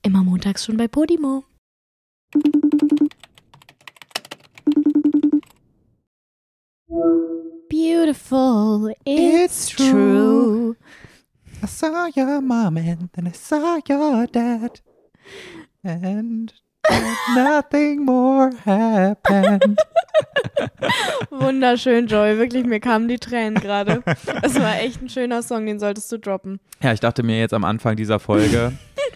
Immer montags schon bei Podimo. Beautiful, it's true. I saw your mom and then I saw your dad. And nothing more happened. Wunderschön, Joey. Wirklich, mir kamen die Tränen gerade. Das war echt ein schöner Song, den solltest du droppen. Ja, ich dachte mir jetzt am Anfang dieser Folge,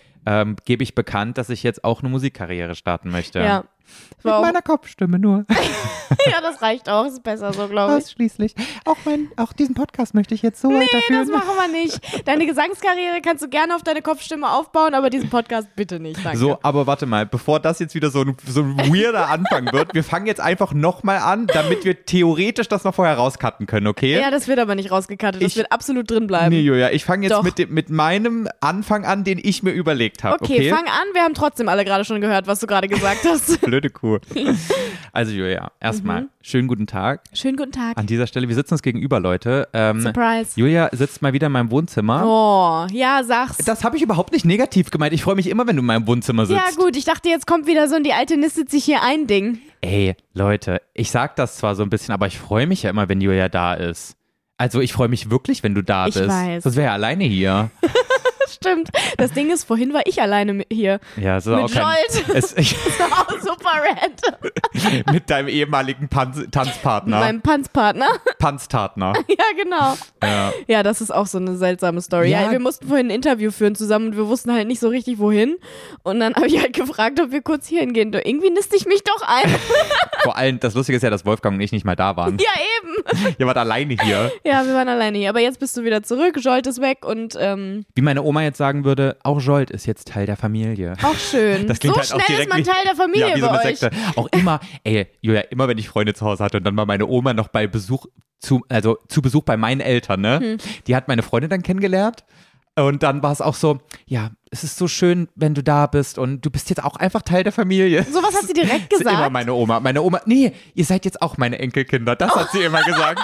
gebe ich bekannt, dass ich jetzt auch eine Musikkarriere starten möchte. Ja. Mit meiner Kopfstimme nur. Ja, das reicht auch. Ist besser so, glaube ich. Ausschließlich. Auch diesen Podcast möchte ich jetzt so weiterführen. Nee, das machen wir nicht. Deine Gesangskarriere kannst du gerne auf deine Kopfstimme aufbauen, aber diesen Podcast bitte nicht. Danke. So, aber warte mal, bevor das jetzt wieder so ein weirder Anfang wird, wir fangen jetzt einfach nochmal an, damit wir theoretisch das noch vorher rauscutten können, okay? Ja, das wird aber nicht rausgecuttet. Das wird absolut drin bleiben. Nee, Julia, ich fange jetzt mit meinem Anfang an, den ich mir überlegt habe, okay? Fang an. Wir haben trotzdem alle gerade schon gehört, was du gerade gesagt hast. Blöde Kuh. Also Julia, erstmal schönen guten Tag. Schönen guten Tag. An dieser Stelle, wir sitzen uns gegenüber, Leute. Surprise. Julia sitzt mal wieder in meinem Wohnzimmer. Oh, ja, sag's. Das habe ich überhaupt nicht negativ gemeint. Ich freue mich immer, wenn du in meinem Wohnzimmer sitzt. Ja gut, ich dachte, jetzt kommt wieder so ein die alte nistet sich hier ein Ding. Ey, Leute, ich sag das zwar so ein bisschen, aber ich freue mich ja immer, wenn Julia da ist. Also ich freue mich wirklich, wenn du da bist. Ich weiß. Sonst wäre ja alleine hier. Stimmt. Das Ding ist, vorhin war ich alleine hier. Ja, das ist mit auch kein... Jolt. Das war auch super random. Mit deinem ehemaligen Tanzpartner. Meinem Panzpartner. Panztartner. Ja, genau. Ja, das ist auch so eine seltsame Story. Ja, wir mussten vorhin ein Interview führen zusammen und wir wussten halt nicht so richtig, wohin. Und dann habe ich halt gefragt, ob wir kurz hier hingehen. Irgendwie niste ich mich doch ein. Vor allem, das Lustige ist ja, dass Wolfgang und ich nicht mal da waren. Ja, eben. Ihr wart alleine hier. Ja, wir waren alleine hier. Aber jetzt bist du wieder zurück, Jolt ist weg und wie meine Oma jetzt sagen würde, auch Jolt ist jetzt Teil der Familie. Auch schön. Das klingt so halt auch schnell ist man Teil der Familie wie so bei eine euch. Sekte. Auch immer, Julia, immer wenn ich Freunde zu Hause hatte und dann war meine Oma noch bei Besuch, zu Besuch bei meinen Eltern, ne? Die hat meine Freundin dann kennengelernt. Und dann war es auch so, ja, es ist so schön, wenn du da bist und du bist jetzt auch einfach Teil der Familie. So was hat sie direkt gesagt? Das ist immer meine Oma. Meine Oma, nee, ihr seid jetzt auch meine Enkelkinder. Das hat sie immer gesagt.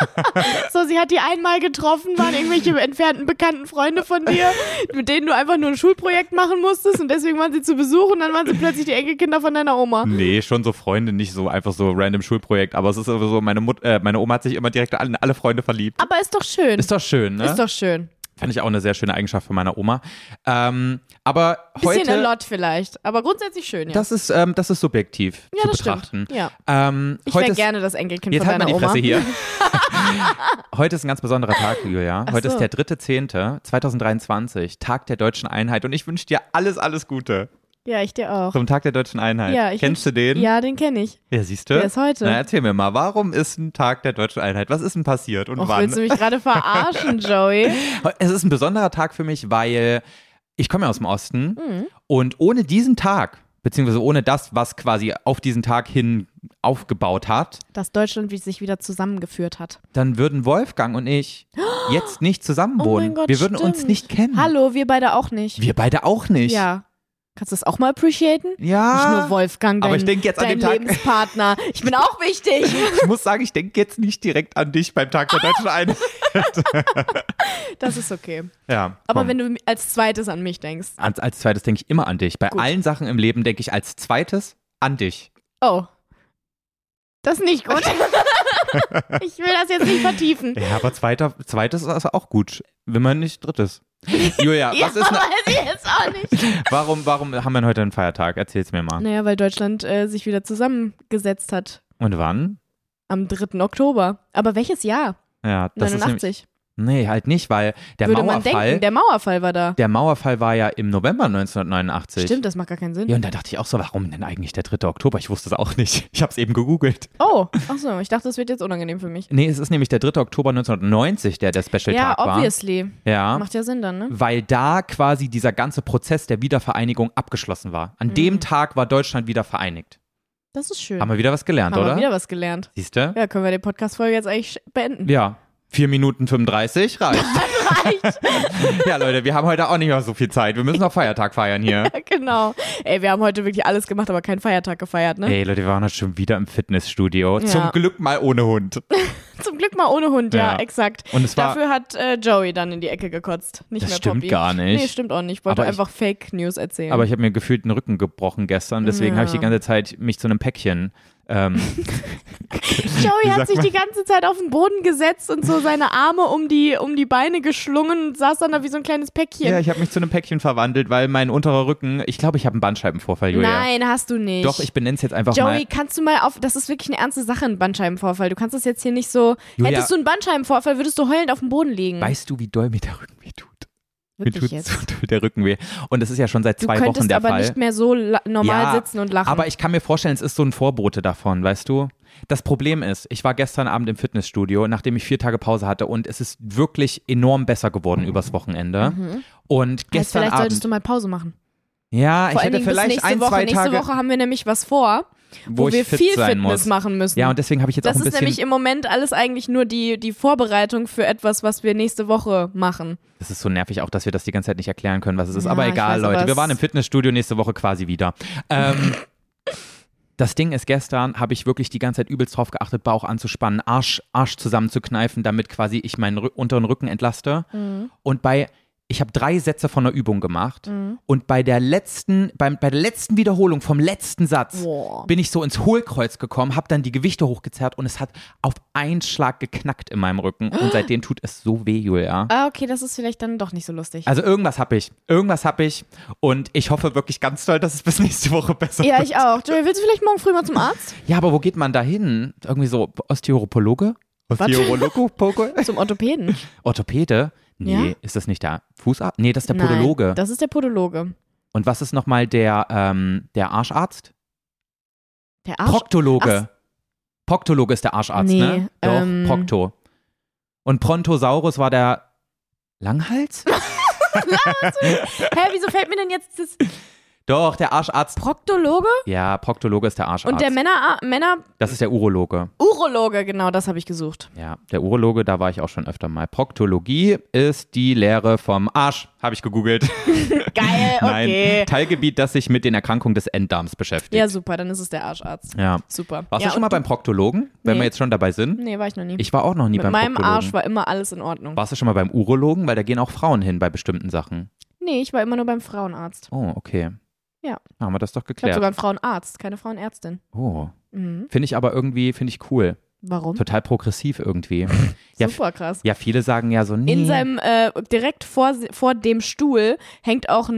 So, sie hat die einmal getroffen, waren irgendwelche entfernten bekannten Freunde von dir, mit denen du einfach nur ein Schulprojekt machen musstest und deswegen waren sie zu Besuch und dann waren sie plötzlich die Enkelkinder von deiner Oma. Nee, schon so Freunde, nicht so einfach so random Schulprojekt, aber es ist aber so, meine Oma hat sich immer direkt in alle Freunde verliebt. Aber ist doch schön. Ist doch schön, ne? Ist doch schön. Fand ich auch eine sehr schöne Eigenschaft von meiner Oma. Aber heute... Bisschen a lot vielleicht, aber grundsätzlich schön, ja. Das ist subjektiv zu betrachten. Stimmt. Ja. Ich wäre gerne das Enkelkind jetzt von deiner Oma. Jetzt halt mal die Fresse hier. Heute ist ein ganz besonderer Tag, Julia. Heute ist der 3.10.2023, Tag der Deutschen Einheit und ich wünsche dir alles, alles Gute. Ja, ich dir auch. Zum Tag der Deutschen Einheit. Ja, Kennst du den? Ja, den kenne ich. Ja, siehst du? Der ist heute. Na, erzähl mir mal, warum ist ein Tag der Deutschen Einheit? Was ist denn passiert und wann? Willst du mich gerade verarschen, Joey? Es ist ein besonderer Tag für mich, weil ich komme ja aus dem Osten und ohne diesen Tag, beziehungsweise ohne das, was quasi auf diesen Tag hin aufgebaut hat, dass Deutschland sich wieder zusammengeführt hat, dann würden Wolfgang und ich jetzt nicht zusammen wohnen. Oh mein Gott, wir würden uns nicht kennen. Hallo, wir beide auch nicht. Wir beide auch nicht. Ja. Kannst du das auch mal appreciaten? Ja. Nicht nur Wolfgang, aber ich denk jetzt an den Tag, Lebenspartner. Ich bin auch wichtig. Ich muss sagen, ich denke jetzt nicht direkt an dich beim Tag der Deutschen Einheit. Das ist okay. Ja. Aber wenn du als zweites an mich denkst. Als zweites denke ich immer an dich. Bei allen Sachen im Leben denke ich als zweites an dich. Oh. Das ist nicht gut. Ich will das jetzt nicht vertiefen. Ja, aber zweites ist also auch gut. Wenn man nicht drittes. Julia, ja, was ist weiß ich jetzt auch nicht. Warum haben wir denn heute einen Feiertag? Erzähl's mir mal. Naja, weil Deutschland sich wieder zusammengesetzt hat. Und wann? Am 3. Oktober. Aber welches Jahr? Ja, das 89. Nee, halt nicht, weil der Würde Mauerfall... man denken, der Mauerfall war da. Der Mauerfall war ja im November 1989. Stimmt, das macht gar keinen Sinn. Ja, und da dachte ich auch so, warum denn eigentlich der 3. Oktober? Ich wusste es auch nicht. Ich habe es eben gegoogelt. Oh, achso, ich dachte, das wird jetzt unangenehm für mich. Nee, es ist nämlich der 3. Oktober 1990, der Special-Tag war. Ja, obviously. Ja. Macht ja Sinn dann, ne? Weil da quasi dieser ganze Prozess der Wiedervereinigung abgeschlossen war. An dem Tag war Deutschland wieder vereinigt. Das ist schön. Haben wir wieder was gelernt, oder? Haben wir wieder was gelernt. Siehst du? Ja, können wir die Podcast-Folge jetzt eigentlich beenden. Ja. 4 Minuten 35 reicht. reicht. Ja, Leute, wir haben heute auch nicht mehr so viel Zeit. Wir müssen noch Feiertag feiern hier. Genau. Ey, wir haben heute wirklich alles gemacht, aber keinen Feiertag gefeiert, ne? Ey, Leute, wir waren heute schon wieder im Fitnessstudio. Ja. Zum Glück mal ohne Hund. Zum Glück mal ohne Hund, ja, Ja. exakt. Und es war- Dafür hat Joey dann in die Ecke gekotzt. Nicht Das mehr stimmt Poppy. gar nicht. Nee, stimmt auch nicht. Ich wollte Aber einfach Fake News erzählen. Aber ich habe mir gefühlt den Rücken gebrochen gestern, deswegen Ja. habe ich die ganze Zeit mich zu einem Päckchen. Joey Wie hat sagt sich man? die ganze Zeit auf den Boden gesetzt und so seine Arme um die Beine geschlungen und saß dann da wie so ein kleines Päckchen. Ja, ich habe mich zu einem Päckchen verwandelt, weil mein unterer Rücken, ich glaube, ich habe einen Bandscheibenvorfall, Julia. Nein, hast du nicht. Doch, ich benenne es jetzt einfach Joey, mal. kannst du mal das ist wirklich eine ernste Sache, ein Bandscheibenvorfall. Du kannst das jetzt hier nicht so, Julia- hättest du einen Bandscheibenvorfall, würdest du heulend auf dem Boden liegen. Weißt du, wie doll mir der Rücken weh tut? Mir Wirklich tut jetzt? so doll der Rücken weh. Und das ist ja schon seit Du 2 Wochen könntest der aber Fall. nicht mehr so normal Ja, sitzen und lachen. Aber ich kann mir vorstellen, es ist so ein Vorbote davon, weißt du? Das Problem ist, ich war gestern Abend im Fitnessstudio, nachdem ich 4 Tage Pause hatte und es ist wirklich enorm besser geworden übers Wochenende. Und heißt, gestern vielleicht Abend, solltest du mal Pause machen. ja, Vor ich allen hätte Dingen bis vielleicht nächste 1, Woche. 2 Nächste Tage, Woche haben wir nämlich was vor, wo wir ich fit viel sein Fitness muss. machen müssen. Ja, und deswegen habe ich jetzt das auch ein ist bisschen, nämlich im Moment alles eigentlich nur die Vorbereitung für etwas, was wir nächste Woche machen. das ist so nervig auch, dass wir das die ganze Zeit nicht erklären können, was es ist. Ja, Aber ich egal, weiß, Leute, aber wir es- waren im Fitnessstudio nächste Woche quasi wieder. Das Ding ist, gestern habe ich wirklich die ganze Zeit übelst drauf geachtet, Bauch anzuspannen, Arsch zusammenzukneifen, damit quasi ich meinen unteren Rücken entlaste. Und ich habe 3 Sätze von der Übung gemacht und bei der letzten Wiederholung vom letzten Satz Boah. bin ich so ins Hohlkreuz gekommen, habe dann die Gewichte hochgezerrt und es hat auf einen Schlag geknackt in meinem Rücken und seitdem tut es so weh, Julia. Ah, okay, das ist vielleicht dann doch nicht so lustig. Also irgendwas hab ich und ich hoffe wirklich ganz doll, dass es bis nächste Woche besser Ja, wird. ich auch. Joey, willst du vielleicht morgen früh mal zum Arzt? Ja, aber wo geht man da hin? Irgendwie so Osteopologe? Osteopologe? Zum Orthopäden? Orthopäde? Nee, Ja? ist das nicht der Fußarzt? Nee, das ist der Nein, Podologe. das ist der Podologe. Und was ist nochmal der Arscharzt? Der Arsch. Proktologe. Proktologe ist der Arscharzt, Nee, ne? Doch, Prokto. Und Brontosaurus war der Langhals? Hä, wieso fällt mir denn jetzt das Doch, der Arscharzt. Proktologe? Ja, Proktologe ist der Arscharzt. Und der Männer Das ist der Urologe. Urologe, genau, das habe ich gesucht. Ja, der Urologe, da war ich auch schon öfter mal. Proktologie ist die Lehre vom Arsch, habe ich gegoogelt. Geil, okay. Nein, Teilgebiet, das sich mit den Erkrankungen des Enddarms beschäftigt. Ja, super, dann ist es der Arscharzt. Ja. Super. Warst ja, du schon mal beim Proktologen, wenn Nee. wir jetzt schon dabei sind? Nee, war ich noch nie. Ich war auch noch nie Mit beim meinem Proktologen. Arsch war immer alles in Ordnung. Warst du schon mal beim Urologen? Weil da gehen auch Frauen hin bei bestimmten Sachen. Nee, ich war immer nur beim Frauenarzt. Oh, okay. Ja. Haben wir das doch Ich habe geklärt. sogar einen Frauenarzt, keine Frauenärztin. Oh. Mhm. Finde ich aber irgendwie, cool. Warum? Total progressiv irgendwie. Ja, Super krass. ja, viele sagen ja so, nee. In seinem, direkt vor dem Stuhl hängt auch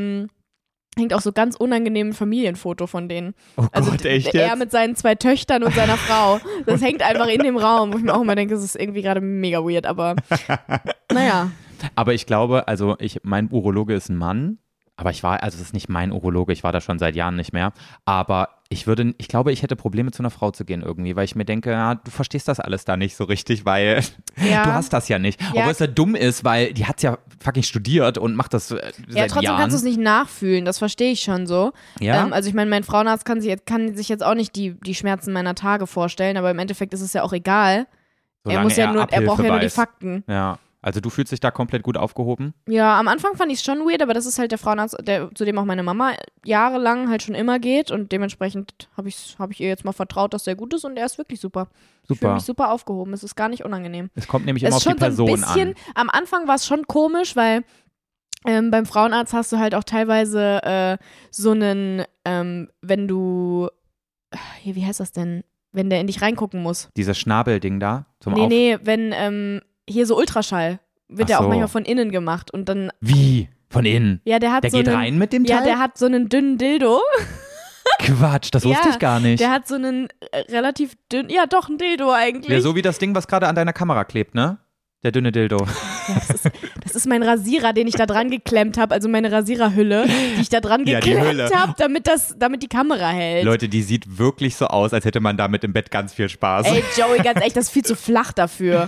so ganz unangenehm Familienfoto von denen. Oh Also Gott, echt er jetzt? mit seinen 2 Töchtern und seiner Frau. Das hängt einfach in dem Raum, wo ich mir auch immer denke, das ist irgendwie gerade mega weird, aber naja. Aber ich glaube, also mein Urologe ist ein Mann, aber das ist nicht mein Urologe, ich war da schon seit Jahren nicht mehr, aber ich glaube, ich hätte Probleme zu einer Frau zu gehen irgendwie, weil ich mir denke, ja, du verstehst das alles da nicht so richtig, weil Ja. du hast das ja nicht. Ja. Obwohl es ja dumm ist, weil die hat ja fucking studiert und macht das seit Ja, trotzdem Jahren. kannst du es nicht nachfühlen, das verstehe ich schon so. Ja? Also ich meine, mein Frauenarzt kann sich jetzt auch nicht die Schmerzen meiner Tage vorstellen, aber im Endeffekt ist es ja auch egal. Solange Er braucht Abhilfe ja nur die weiß. Fakten. Ja, also du fühlst dich da komplett gut aufgehoben? Ja, am Anfang fand ich es schon weird, aber das ist halt der Frauenarzt, zu dem auch meine Mama jahrelang halt schon immer geht und dementsprechend hab ich ihr jetzt mal vertraut, dass der gut ist und er ist wirklich super. Ich fühle Super. mich super aufgehoben, es ist gar nicht unangenehm. Es kommt nämlich Es immer ist auf die schon so ein Person bisschen, an. am Anfang war es schon komisch, weil beim Frauenarzt hast du halt auch teilweise so einen, wenn du, hier, wie heißt das denn, wenn der in dich reingucken muss. Dieses Schnabelding da zum Nee, wenn, hier so Ultraschall wird Ach ja auch so. manchmal von innen gemacht und dann, Wie? Von innen? ja, der hat Der so geht einen, rein mit dem ja, Teil? der hat so einen dünnen Dildo. Quatsch, das wusste Ja, ich gar nicht. Der hat so einen relativ dünnen, ja doch, ein Dildo eigentlich. Ja, so wie das Ding, was gerade an deiner Kamera klebt, ne? Der dünne Dildo. Das ist mein Rasierer, den ich da dran geklemmt habe, also meine Rasiererhülle, die ich da dran Ja, die Hülle. geklemmt habe, damit die Kamera hält. Leute, die sieht wirklich so aus, als hätte man damit im Bett ganz viel Spaß. Ey, Joey, ganz ehrlich, das ist viel zu flach dafür.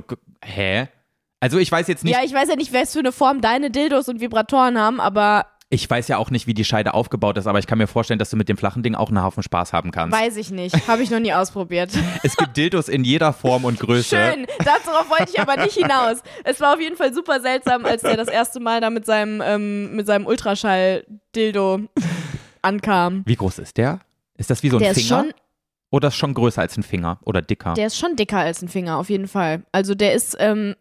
Hä? Also ich weiß jetzt nicht, Ja, ich weiß ja nicht, was für eine Form deine Dildos und Vibratoren haben, aber Ich weiß ja auch nicht, wie die Scheide aufgebaut ist, aber ich kann mir vorstellen, dass du mit dem flachen Ding auch einen Haufen Spaß haben kannst. Weiß ich nicht. Habe ich noch nie ausprobiert. Es gibt Dildos in jeder Form und Größe. Schön. Darauf wollte ich aber nicht hinaus. Es war auf jeden Fall super seltsam, als der das erste Mal da mit seinem Ultraschall-Dildo ankam. Wie groß ist der? Ist das wie so ein Der Finger? ist schon, Oder ist schon größer als ein Finger? Oder dicker? der ist schon dicker als ein Finger, auf jeden Fall. Also der ist,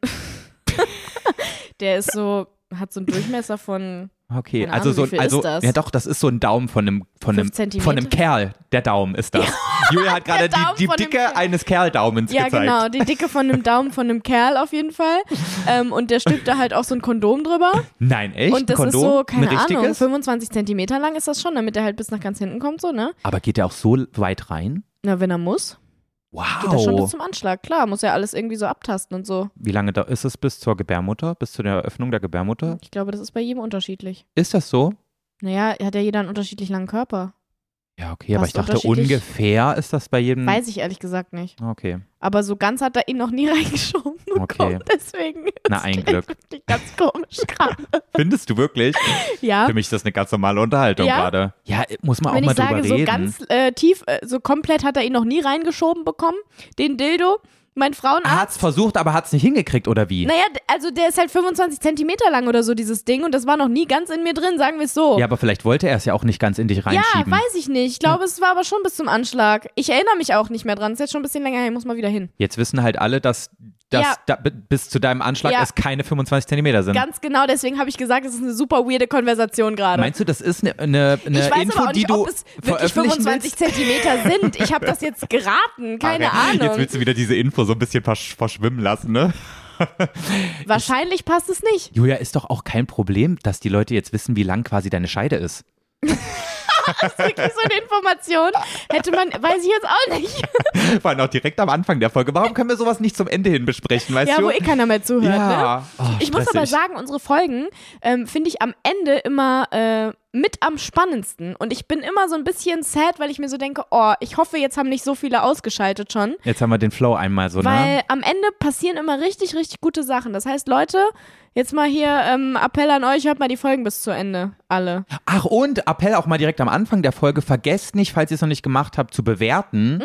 der ist so, hat so einen Durchmesser von, Okay, keine also Ahnung, wie viel ist das? ja doch, das ist so ein Daumen von einem 5 Zentimeter? von einem Kerl. Der Daumen ist das. Julia hat gerade Daumen die von einem Dicke Kerl. eines Kerldaumens ja gezeigt. genau, die Dicke von einem Daumen von einem Kerl auf jeden Fall. Und der stülpt da halt auch so ein Kondom drüber. Nein, echt? Und das ein Kondom? ist so, keine ein Ahnung, richtiges? 25 Zentimeter lang ist das schon, damit der halt bis nach ganz hinten kommt, so, ne? Aber geht der auch so weit rein? Na, wenn er muss, Wow. geht das schon bis zum Anschlag. Klar, muss ja alles irgendwie so abtasten und so. Wie lange da ist es bis zur Gebärmutter? Bis zu der Öffnung der Gebärmutter? Ich glaube, das ist bei jedem unterschiedlich. Ist das so? Naja, hat ja jeder einen unterschiedlich langen Körper. Ja, okay, aber ich Passt dachte, unterschiedlich. ungefähr ist das bei jedem. Weiß ich ehrlich gesagt nicht. Okay. Aber so ganz hat er ihn noch nie reingeschoben bekommen. Okay. Deswegen Na, ist ein das Glück. wirklich ganz komisch gerade. Findest du wirklich? Ja. Für mich ist das eine ganz normale Unterhaltung Ja? gerade. Ja, muss man Wenn auch mal ich sage, drüber so reden. ganz tief, so komplett hat er ihn noch nie reingeschoben bekommen, den Dildo. Mein Frauenarzt. Er hat's versucht, aber hat's nicht hingekriegt, oder wie? Naja, also der ist halt 25 Zentimeter lang oder so, dieses Ding. Und das war noch nie ganz in mir drin, sagen wir es so. Ja, aber vielleicht wollte er es ja auch nicht ganz in dich Ja, reinschieben. weiß ich nicht. Ich glaube, es war aber schon bis zum Anschlag. Ich erinnere mich auch nicht mehr dran. Es ist jetzt schon ein bisschen länger her, ich muss mal wieder hin. Jetzt wissen halt alle, dass Ja. bis zu deinem Anschlag Ja. es keine 25 Zentimeter sind. Ganz genau, deswegen habe ich gesagt, es ist eine super weirde Konversation gerade. Meinst du, das ist eine Ich weiß Info, aber auch die nicht, du ob es wirklich veröffentlichen 25 willst? Zentimeter sind. Ich habe das jetzt geraten, keine Okay. Ahnung. Jetzt willst du wieder diese Info so ein bisschen verschwimmen lassen, ne? Wahrscheinlich passt es nicht. Julia, ist doch auch kein Problem, dass die Leute jetzt wissen, wie lang quasi deine Scheide ist. Das ist wirklich so eine Information. Hätte man, weiß ich jetzt auch nicht. Vor allem auch direkt am Anfang der Folge. Warum können wir sowas nicht zum Ende hin besprechen, weißt Ja, du? wo keiner mehr zuhört, Ja. ne? Oh, Ich muss aber stressig. sagen, unsere Folgen finde ich am Ende immer mit am spannendsten. Und ich bin immer so ein bisschen sad, weil ich mir so denke, oh, ich hoffe, jetzt haben nicht so viele ausgeschaltet schon. Jetzt haben wir den Flow einmal so, Weil ne? am Ende passieren immer richtig, richtig gute Sachen. Das heißt, Leute, jetzt mal hier Appell an euch, hört mal die Folgen bis zu Ende. Alle. Ach, und Appell auch mal direkt am Anfang der Folge, vergesst nicht, falls ihr es noch nicht gemacht habt, zu bewerten.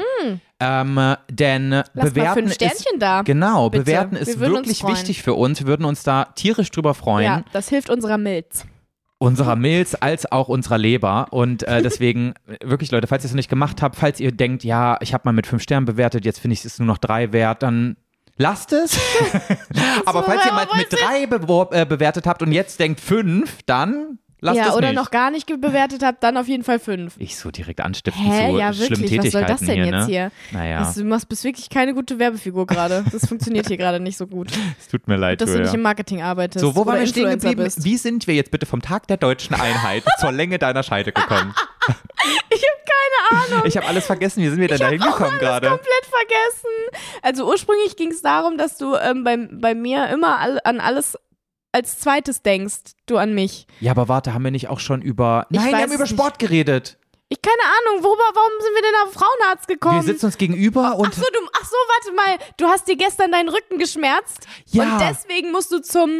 Denn Lasst bewerten mal 5 ist, Sternchen da. genau, Bitte. bewerten Wir ist würden uns wirklich freuen. wichtig für uns. Wir würden uns da tierisch drüber freuen. Ja, das hilft unserer Milz. Unserer Milz als auch unserer Leber. Und deswegen, wirklich Leute, falls ihr es noch nicht gemacht habt, falls ihr denkt, ja, ich habe mal mit 5 Sternen bewertet, jetzt finde ich es nur noch 3 wert, dann lasst es. Aber falls ihr mal mit 3 bewertet habt und jetzt denkt 5, dann lasst es Ja, oder nicht. noch gar nicht bewertet habt, dann auf jeden Fall 5. Ich so direkt anstiften Hä? zu Ja, schlimmen wirklich. Was soll Tätigkeiten das denn hier, jetzt ne? hier? Naja, Du bist wirklich keine gute Werbefigur gerade. Das funktioniert hier gerade nicht so gut. es tut mir leid, Dass du Julia. nicht im Marketing arbeitest. So, wo oder waren wir stehen Influencer geblieben? bist. Wie sind wir jetzt bitte vom Tag der deutschen Einheit zur Länge deiner Scheide gekommen? Ich habe keine Ahnung. Ich habe alles vergessen. Wie sind wir denn da Ich hab auch hingekommen alles gerade? komplett vergessen. Also ursprünglich ging es darum, dass du bei mir immer an alles als zweites denkst, du an mich. Ja, aber warte, haben wir nicht auch schon über... Ich Nein, wir weiß haben über es nicht. Sport geredet. Ich keine Ahnung, warum sind wir denn auf Frauenarzt gekommen? Wir sitzen uns gegenüber und... Ach so, warte mal. Du hast dir gestern deinen Rücken geschmerzt Ja. und deswegen musst du zum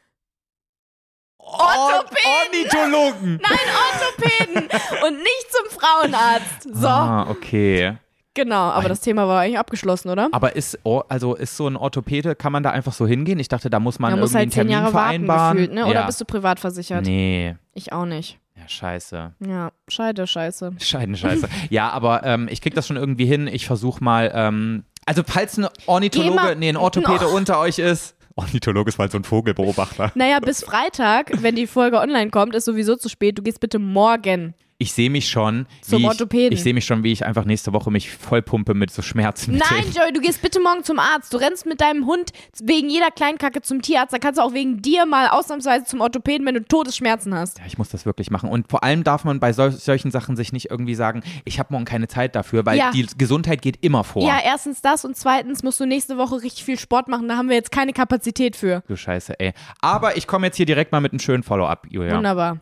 Ornithologen. Orthopäden und nicht zum Frauenarzt. So, Ah, okay. genau. Aber das Thema war eigentlich abgeschlossen, oder? Aber ist so ein Orthopäde, kann man da einfach so hingehen? Ich dachte, da muss man Man muss irgendwie halt 10 einen Termin Jahre warten vereinbaren. gefühlt, ne? Oder ja. bist du privat versichert? Nee. Ich auch nicht. Ja, scheiße. Ja, scheiße. Scheiße. Ja, aber ich krieg das schon irgendwie hin. Ich versuch mal, also falls ein ein Orthopäde unter euch ist. Ornithologe ist mal so ein Vogelbeobachter. Naja, bis Freitag, wenn die Folge online kommt, ist sowieso zu spät. Du gehst bitte morgen. Ich sehe mich schon, Zum Orthopäden. Ich sehe mich schon, wie ich einfach nächste Woche mich vollpumpe mit so Schmerzen. Nein, Joey, du gehst bitte morgen zum Arzt. Du rennst mit deinem Hund wegen jeder Kleinkacke zum Tierarzt. Da kannst du auch wegen dir mal ausnahmsweise zum Orthopäden, wenn du Todesschmerzen hast. Ja, ich muss das wirklich machen. Und vor allem darf man bei solchen Sachen sich nicht irgendwie sagen, ich habe morgen keine Zeit dafür, weil Ja. die Gesundheit geht immer vor. Ja, erstens das und zweitens musst du nächste Woche richtig viel Sport machen. Da haben wir jetzt keine Kapazität für. Du Scheiße, ey. Aber ich komme jetzt hier direkt mal mit einem schönen Follow-up, Julia. Wunderbar.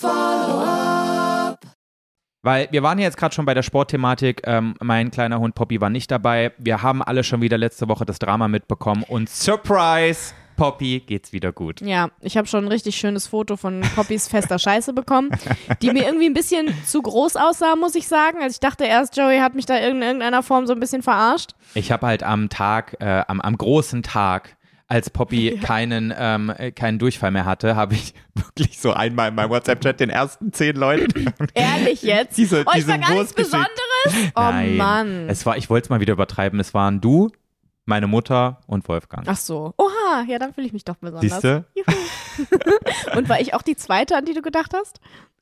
Weil wir waren ja jetzt gerade schon bei der Sportthematik. Mein kleiner Hund Poppy war nicht dabei. Wir haben alle schon wieder letzte Woche das Drama mitbekommen. Und Surprise! Poppy geht's wieder gut. Ja, ich habe schon ein richtig schönes Foto von Poppys fester Scheiße bekommen, die mir irgendwie ein bisschen zu groß aussah, muss ich sagen. Also ich dachte erst, Joey hat mich da in irgendeiner Form so ein bisschen verarscht. Ich habe halt am großen Tag, als Poppy keinen Durchfall mehr hatte, habe ich wirklich so einmal in meinem WhatsApp-Chat den ersten 10 Leuten. Ehrlich jetzt? diese ich war gar nichts Wurst geschickt. Besonderes? Oh Nein. Mann. Ich wollte es mal wieder übertreiben. Es waren du, meine Mutter und Wolfgang. Ach so. Oha, ja, dann fühle ich mich doch besonders. Siehste? Juhu. Und war ich auch die Zweite, an die du gedacht hast?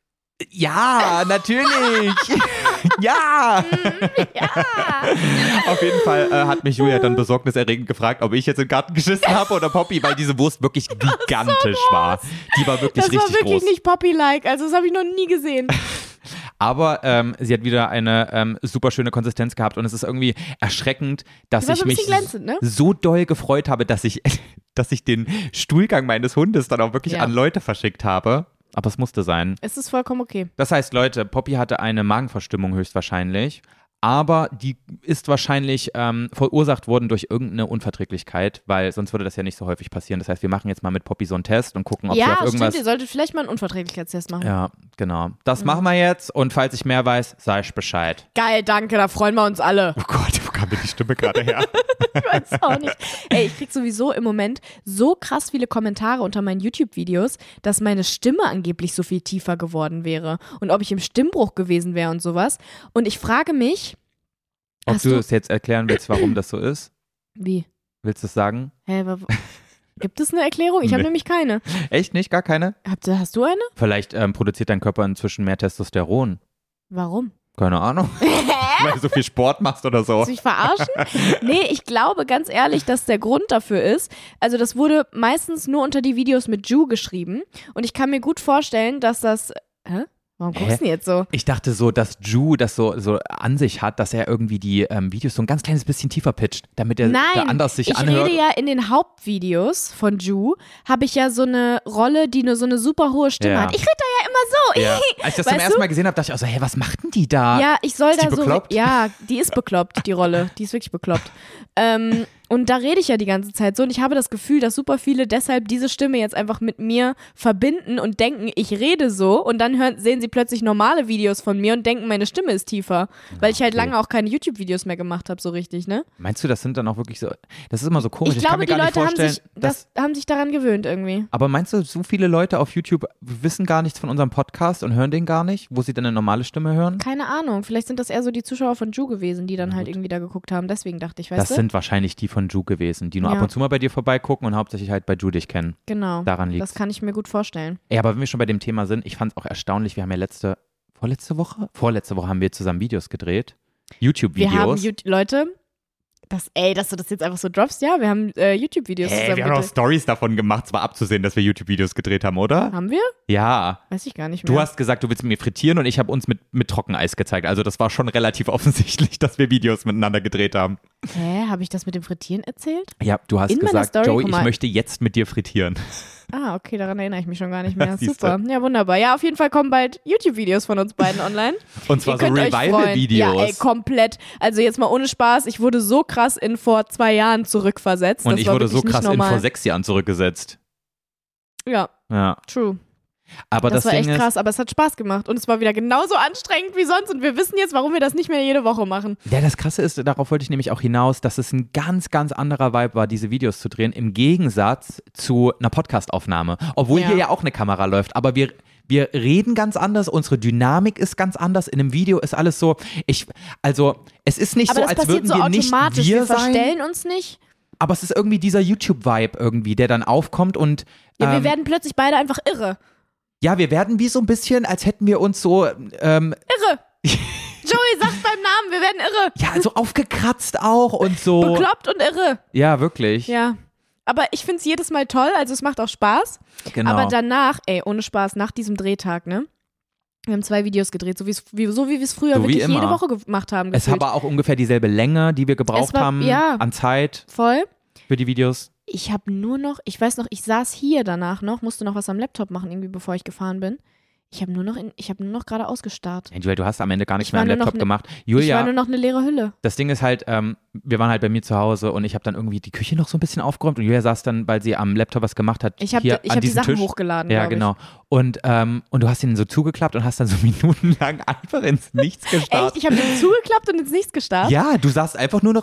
Ja, natürlich. Ja. Ja. Auf jeden Fall hat mich Julia dann besorgniserregend gefragt, ob ich jetzt im Garten geschissen habe oder Poppy, weil diese Wurst wirklich gigantisch war. Die war wirklich Das richtig war wirklich groß. nicht Poppy-like, also das habe ich noch nie gesehen. Aber sie hat wieder eine super schöne Konsistenz gehabt und es ist irgendwie erschreckend, dass Die war ich so ein mich bisschen glänzend, ne? so doll gefreut habe, dass ich den Stuhlgang meines Hundes dann auch wirklich an Leute verschickt habe. Aber es musste sein. Es ist vollkommen okay. Das heißt, Leute, Poppy hatte eine Magenverstimmung höchstwahrscheinlich. Aber die ist wahrscheinlich verursacht worden durch irgendeine Unverträglichkeit, weil sonst würde das ja nicht so häufig passieren. Das heißt, wir machen jetzt mal mit Poppy so einen Test und gucken, ob sie auf irgendwas... Ja, stimmt, ihr solltet vielleicht mal einen Unverträglichkeitstest machen. Ja, genau. Das machen wir jetzt und falls ich mehr weiß, sag ich Bescheid. Geil, danke, da freuen wir uns alle. Oh Gott, wo kam denn die Stimme gerade her? Ich weiß auch nicht. Ey, ich krieg sowieso im Moment so krass viele Kommentare unter meinen YouTube-Videos, dass meine Stimme angeblich so viel tiefer geworden wäre und ob ich im Stimmbruch gewesen wäre und sowas. Und ich frage mich, Ob du es jetzt erklären willst, warum das so ist? Wie? Willst du es sagen? Hä, gibt es eine Erklärung? Ich habe Nee. nämlich keine. Echt nicht? Gar keine? Hast du eine? Vielleicht produziert dein Körper inzwischen mehr Testosteron. Warum? Keine Ahnung. Weil du so viel Sport machst oder so. Willst du mich verarschen? Nee, ich glaube ganz ehrlich, dass der Grund dafür ist, also das wurde meistens nur unter die Videos mit Ju geschrieben und ich kann mir gut vorstellen, dass das... Hä? Warum guckst du denn jetzt so? Ich dachte so, dass Ju das so an sich hat, dass er irgendwie die Videos so ein ganz kleines bisschen tiefer pitcht, damit der anders sich anhört. Ich rede ja in den Hauptvideos von Ju, habe ich ja so eine Rolle, die nur so eine super hohe Stimme hat. Ich rede da ja immer so. Ja. Als ich das zum ersten Mal gesehen habe, dachte ich auch so, hey, was macht denn die da? Ja, ich soll ist da die so. Bekloppt? Ja, die ist bekloppt, die Rolle. Die ist wirklich bekloppt. Und da rede ich ja die ganze Zeit so und ich habe das Gefühl, dass super viele deshalb diese Stimme jetzt einfach mit mir verbinden und denken, ich rede so und dann sehen sie plötzlich normale Videos von mir und denken, meine Stimme ist tiefer, weil ich halt lange auch keine YouTube-Videos mehr gemacht habe, so richtig, ne? Meinst du, das sind dann auch wirklich so, das ist immer so komisch, Ich kann glaube, mir die gar nicht Leute vorstellen, haben sich daran gewöhnt irgendwie. aber meinst du, so viele Leute auf YouTube wissen gar nichts von unserem Podcast und hören den gar nicht, wo sie dann eine normale Stimme hören? Keine Ahnung, vielleicht sind das eher so die Zuschauer von Ju gewesen, die dann halt irgendwie da geguckt haben, deswegen dachte ich, weißt du? Das sind wahrscheinlich die von Ju gewesen, die nur ab und zu mal bei dir vorbeigucken und hauptsächlich halt bei Ju dich kennen. Genau, Daran liegt's. das kann ich mir gut vorstellen. Ey, aber wenn wir schon bei dem Thema sind, ich fand es auch erstaunlich, wir haben ja vorletzte Woche haben wir zusammen Videos gedreht. YouTube-Videos. Wir haben, Leute, dass du das jetzt einfach so droppst, ja, wir haben YouTube-Videos zusammen wir haben auch gedreht. Stories davon gemacht, es war abzusehen, dass wir YouTube-Videos gedreht haben, oder? Haben wir? Ja. Weiß ich gar nicht mehr. Du hast gesagt, du willst mit mir frittieren und ich habe uns mit Trockeneis gezeigt. Also das war schon relativ offensichtlich, dass wir Videos miteinander gedreht haben. Hä, habe ich das mit dem Frittieren erzählt? Ja, du hast In meiner gesagt, Story, Joey, guck ich mal. möchte jetzt mit dir frittieren. Ah, okay, daran erinnere ich mich schon gar nicht mehr. Siehste. Super, ja, wunderbar. Ja, auf jeden Fall kommen bald YouTube-Videos von uns beiden online. Und zwar Ihr so könnt euch freuen. Revival-Videos. Ja, ey, komplett. Also jetzt mal ohne Spaß, ich wurde so krass in vor 2 Jahren zurückversetzt. Und Das ich war wurde so wirklich krass nicht in normal. vor 6 Jahren zurückgesetzt. Ja, Ja. true. Aber Das war Ding echt ist, krass, aber es hat Spaß gemacht. Und es war wieder genauso anstrengend wie sonst. Und wir wissen jetzt, warum wir das nicht mehr jede Woche machen. Ja, das Krasse ist, darauf wollte ich nämlich auch hinaus, dass es ein ganz, ganz anderer Vibe war, diese Videos zu drehen, im Gegensatz zu einer Podcastaufnahme. Obwohl hier ja auch eine Kamera läuft, aber wir reden ganz anders, unsere Dynamik ist ganz anders. In einem Video ist alles so, es ist nicht Aber so, das als passiert würden so wir nicht automatisch. wir Wir sein. verstellen uns nicht. Aber es ist irgendwie dieser YouTube-Vibe irgendwie, der dann aufkommt und Ja, wir werden plötzlich beide einfach irre. ja, wir werden wie so ein bisschen, als hätten wir uns so Irre. Joey sagt beim Namen, wir werden irre. ja, so aufgekratzt auch und so. Bekloppt und irre. Ja, wirklich. Ja. Aber ich finde es jedes Mal toll, also es macht auch Spaß. Genau. Aber danach, ey, ohne Spaß, nach diesem Drehtag, ne? Wir haben 2 Videos gedreht, so wie wir es früher So wie wirklich immer. jede Woche gemacht haben. Es gefühlt. war auch ungefähr dieselbe Länge, die wir gebraucht Es war- haben ja. an Zeit Voll. für die Videos. Ich habe nur noch, ich weiß noch, ich saß hier danach noch, musste noch was am Laptop machen, irgendwie bevor ich gefahren bin. Ich habe nur noch gerade ausgestarrt. Julia, du hast am Ende gar nichts Ich mehr war am nur noch Laptop gemacht. Ich war Julia, nur noch eine leere Hülle. das Ding ist halt, wir waren halt bei mir zu Hause und ich habe dann irgendwie die Küche noch so ein bisschen aufgeräumt und Julia saß dann, weil sie am Laptop was gemacht hat, Ich habe hier an die diesem Sachen Tisch. hochgeladen, Ja, glaub ich. genau. Und du hast ihn so zugeklappt und hast dann so minutenlang einfach ins Nichts gestarrt. Echt? Ich habe den zugeklappt und ins Nichts gestarrt? Ja, du saßt einfach nur noch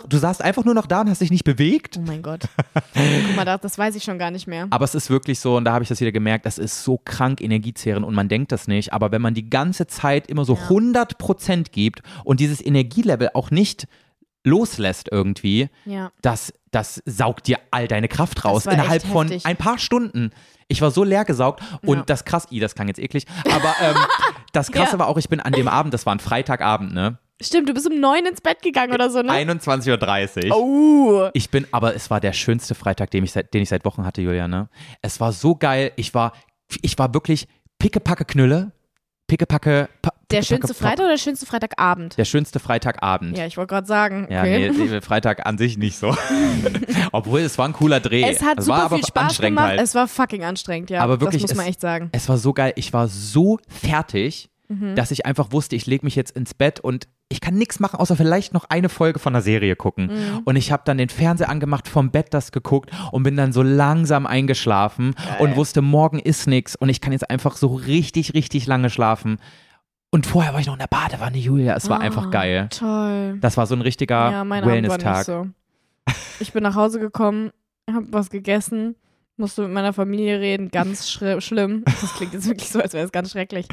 da und hast dich nicht bewegt. Oh mein Gott. Guck mal, das weiß ich schon gar nicht mehr. Aber es ist wirklich so, und da habe ich das wieder gemerkt, das ist so krank energiezehrend und man denkt das nicht, aber wenn man die ganze Zeit immer so 100% gibt und dieses Energielevel auch nicht loslässt irgendwie, Ja. das saugt dir all deine Kraft raus war innerhalb echt von heftig. ein paar Stunden. Ich war so leer gesaugt und Ja. das klang jetzt eklig, aber das Krasse Ja. war auch, ich bin an dem Abend, das war ein Freitagabend, ne? Stimmt, du bist um 9 ins Bett gegangen oder so, ne? 21:30 Uhr. Oh. Aber es war der schönste Freitag, den ich seit Wochen hatte, Julia, ne? Es war so geil, ich war wirklich pickepacke Knülle, pickepacke Der schönste Freitag oder der schönste Freitagabend? Der schönste Freitagabend. Ja, ich wollte gerade sagen, Ja, okay. nee, Freitag an sich nicht so. Obwohl, es war ein cooler Dreh. Es hat war super aber viel Spaß anstrengend gemacht. halt. Es war fucking anstrengend, ja. Aber wirklich, das muss man echt sagen. Es war so geil. Ich war so fertig, Mhm. dass ich einfach wusste, ich lege mich jetzt ins Bett und ich kann nichts machen, außer vielleicht noch eine Folge von einer Serie gucken. Mhm. Und ich habe dann den Fernseher angemacht, vom Bett das geguckt und bin dann so langsam eingeschlafen und wusste, morgen ist nichts und ich kann jetzt einfach so richtig, richtig lange schlafen. Und vorher war ich noch in der Badewanne, Julia. Es war einfach geil. Toll. Das war so ein richtiger Ja, mein Abend war Wellness-Tag. nicht so. Ich bin nach Hause gekommen, hab was gegessen, musste mit meiner Familie reden, ganz schlimm. Das klingt jetzt wirklich so, als wäre es ganz schrecklich.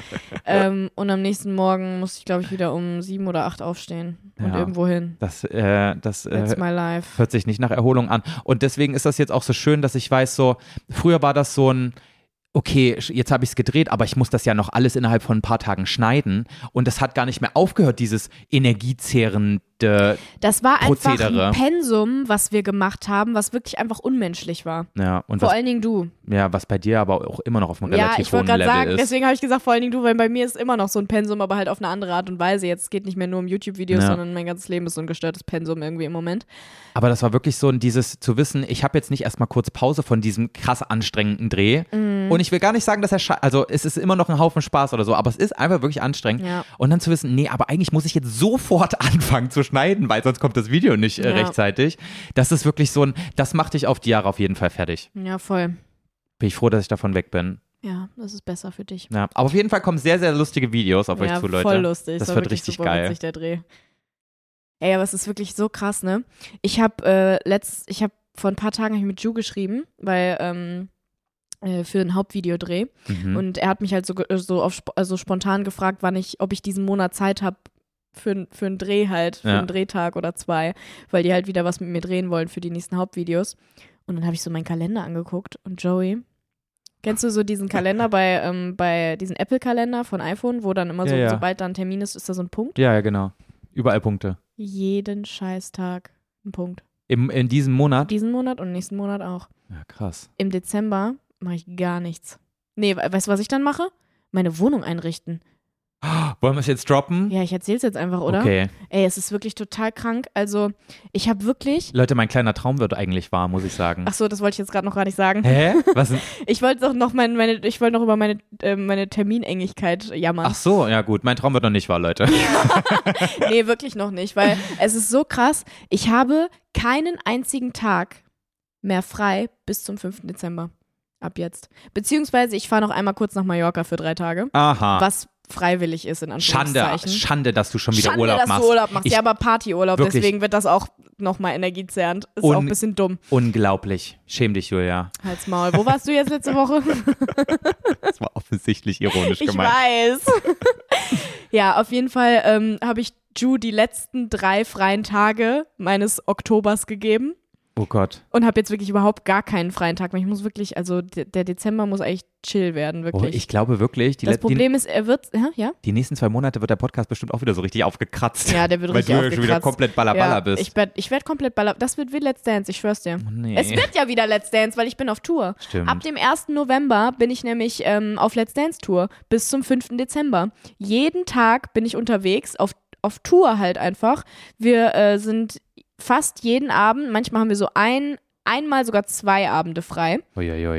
Und am nächsten Morgen musste ich, glaube ich, wieder um 7 oder 8 aufstehen und Ja. irgendwo hin. Das That's my life. hört sich nicht nach Erholung an. Und deswegen ist das jetzt auch so schön, dass ich weiß, so, früher war das so ein, okay, jetzt habe ich es gedreht, aber ich muss das ja noch alles innerhalb von ein paar Tagen schneiden. Und das hat gar nicht mehr aufgehört, dieses energiezehrende Das war einfach Prozedere. ein Pensum, was wir gemacht haben, was wirklich einfach unmenschlich war. Ja, und Vor allen Dingen du. was bei dir aber auch immer noch auf einem Ja, relativ ich hohen wollte gerade Level sagen, ist. deswegen habe ich gesagt, vor allen Dingen du, weil bei mir ist immer noch so ein Pensum, aber halt auf eine andere Art und Weise. Jetzt geht nicht mehr nur um YouTube-Videos, Ja. sondern mein ganzes Leben ist so ein gestörtes Pensum irgendwie im Moment. Aber das war wirklich so dieses zu wissen, ich habe jetzt nicht erstmal kurz Pause von diesem krass anstrengenden Dreh. Und ich will gar nicht sagen, dass also es ist immer noch ein Haufen Spaß oder so, aber es ist einfach wirklich anstrengend. Ja. Und dann zu wissen, nee, aber eigentlich muss ich jetzt sofort anfangen zu schneiden, weil sonst kommt das Video nicht Ja. rechtzeitig. Das ist wirklich so das macht dich auf die Jahre auf jeden Fall fertig. Ja, voll. Bin ich froh, dass ich davon weg bin. Ja, das ist besser für dich. Ja, aber auf jeden Fall kommen sehr, sehr lustige Videos auf euch Ja, zu, Leute. voll lustig. Das war wird wirklich richtig super geil. Witzig, der Dreh. Ey, aber es ist wirklich so krass, ne? Ich habe vor ein paar Tagen hab ich mit Ju geschrieben, weil für einen Hauptvideodreh. Mhm. Und er hat mich halt so spontan gefragt, ob ich diesen Monat Zeit habe für einen Dreh halt, für Ja. einen Drehtag oder 2, weil die halt wieder was mit mir drehen wollen für die nächsten Hauptvideos. Und dann habe ich so meinen Kalender angeguckt und Joey, kennst du so diesen Kalender bei diesen Apple-Kalender von iPhone, wo dann immer so, Ja. sobald da ein Termin ist, ist da so ein Punkt? Ja, genau. Überall Punkte. Jeden Scheißtag ein Punkt. In diesem Monat? Diesen Monat und nächsten Monat auch. Ja, krass. Im Dezember mache ich gar nichts. Nee, weißt du, was ich dann mache? Meine Wohnung einrichten. Wollen wir es jetzt droppen? Ja, ich erzähl's jetzt einfach, oder? Okay. Ey, es ist wirklich total krank. Also, ich habe wirklich. Leute, mein kleiner Traum wird eigentlich wahr, muss ich sagen. Ach so, das wollte ich jetzt gerade noch gar nicht sagen. Hä? Was denn? Ich wollte doch noch über meine Terminengigkeit jammern. Ach so, ja gut. Mein Traum wird noch nicht wahr, Leute. Nee, wirklich noch nicht, weil es ist so krass. Ich habe keinen einzigen Tag mehr frei bis zum 5. Dezember. Ab jetzt. Beziehungsweise ich fahre noch einmal kurz nach Mallorca für 3 Tage. Aha. Was freiwillig ist, in Anführungszeichen. Schande, dass du schon wieder Schande, Urlaub dass machst. du Urlaub machst. Ich- Ja, aber Partyurlaub, Wirklich. deswegen wird das auch nochmal energiezehrend. Ist auch ein bisschen dumm. Unglaublich. Schäm dich, Julia. Halt's Maul. Wo warst du jetzt letzte Woche? Das war offensichtlich ironisch Ich gemeint. weiß. Ja, auf jeden Fall habe ich Ju die letzten 3 freien Tage meines Oktobers gegeben Oh Gott. und habe jetzt wirklich überhaupt gar keinen freien Tag mehr. Ich muss wirklich, also der Dezember muss eigentlich chill werden, Oh, wirklich. ich glaube wirklich, Das Problem ist, er wird, ja? die nächsten 2 Monate wird der Podcast bestimmt auch wieder so richtig aufgekratzt. Ja, der wird weil richtig du ja schon wieder aufgekratzt. komplett Balla bist. Ich werd komplett baller. Das wird wie Let's Dance, ich schwör's dir. Oh, nee. Es wird ja wieder Let's Dance, weil ich bin auf Tour. Stimmt. Ab dem 1. November bin ich nämlich auf Let's Dance Tour bis zum 5. Dezember. Jeden Tag bin ich unterwegs, auf Tour halt einfach. Wir sind fast jeden Abend, manchmal haben wir so einmal sogar 2 Abende frei. Uiuiui.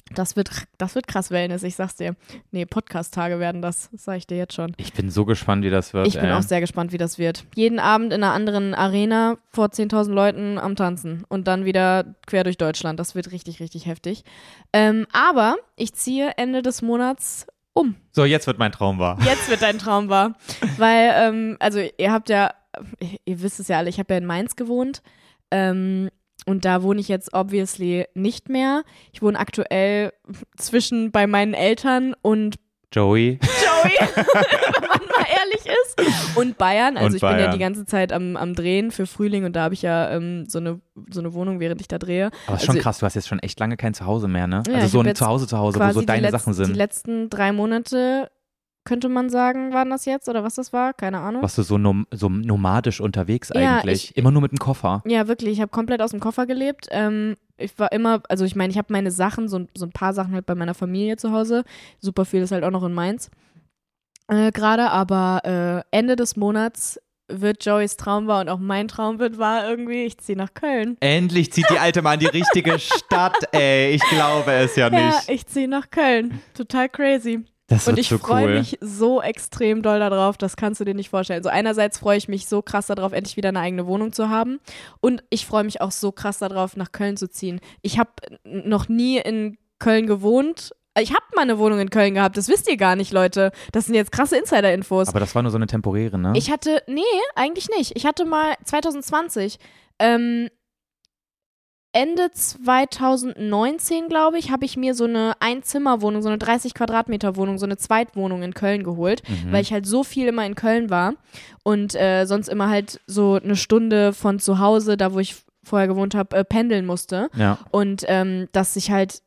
Das wird krass Wellness, ich sag's dir. Nee, Podcast-Tage werden das sag ich dir jetzt schon. Ich bin so gespannt, wie das wird. Ich bin auch sehr gespannt, wie das wird. Jeden Abend in einer anderen Arena vor 10.000 Leuten am Tanzen und dann wieder quer durch Deutschland. Das wird richtig, richtig heftig. Aber ich ziehe Ende des Monats um. So, jetzt wird mein Traum wahr. Jetzt wird dein Traum wahr. Weil, also ihr wisst es ja alle, ich habe ja in Mainz gewohnt. Und da wohne ich jetzt obviously nicht mehr. Ich wohne aktuell bei meinen Eltern und Joey, wenn man mal ehrlich ist. Und Bayern. Also ich bin ja die ganze Zeit am Drehen für Frühling und da habe ich ja so eine Wohnung, während ich da drehe. Aber ist schon krass, du hast jetzt schon echt lange kein Zuhause mehr, ne? Ja, also so ein Zuhause, wo so deine Sachen sind. Die letzten 3 Monate, könnte man sagen, waren das jetzt oder was das war? Keine Ahnung. Warst du so nomadisch unterwegs eigentlich? Ja, immer nur mit dem Koffer? Ja, wirklich. Ich habe komplett aus dem Koffer gelebt. Ich war immer, also ich meine, ich habe meine Sachen, so ein paar Sachen halt bei meiner Familie zu Hause. Super viel ist halt auch noch in Mainz gerade, aber Ende des Monats wird Joeys Traum wahr und auch mein Traum wird wahr irgendwie. Ich ziehe nach Köln. Endlich zieht die Alte mal in die richtige Stadt, ey. Ich glaube es ja nicht. Ja, ich ziehe nach Köln. Total crazy. Das wird und ich so freue cool. mich so extrem doll darauf, das kannst du dir nicht vorstellen. So einerseits freue ich mich so krass darauf, endlich wieder eine eigene Wohnung zu haben und ich freue mich auch so krass darauf, nach Köln zu ziehen. Ich habe noch nie in Köln gewohnt. Ich habe mal eine Wohnung in Köln gehabt, das wisst ihr gar nicht, Leute. Das sind jetzt krasse Insider-Infos. Aber das war nur so eine temporäre, ne? Nee, eigentlich nicht. Ich hatte mal 2020, Ende 2019, glaube ich, habe ich mir so eine Einzimmerwohnung, so eine 30 Quadratmeter Wohnung, so eine Zweitwohnung in Köln geholt, weil ich halt so viel immer in Köln war und sonst immer halt so eine Stunde von zu Hause, da wo ich vorher gewohnt habe, pendeln musste. Ja. Und das halt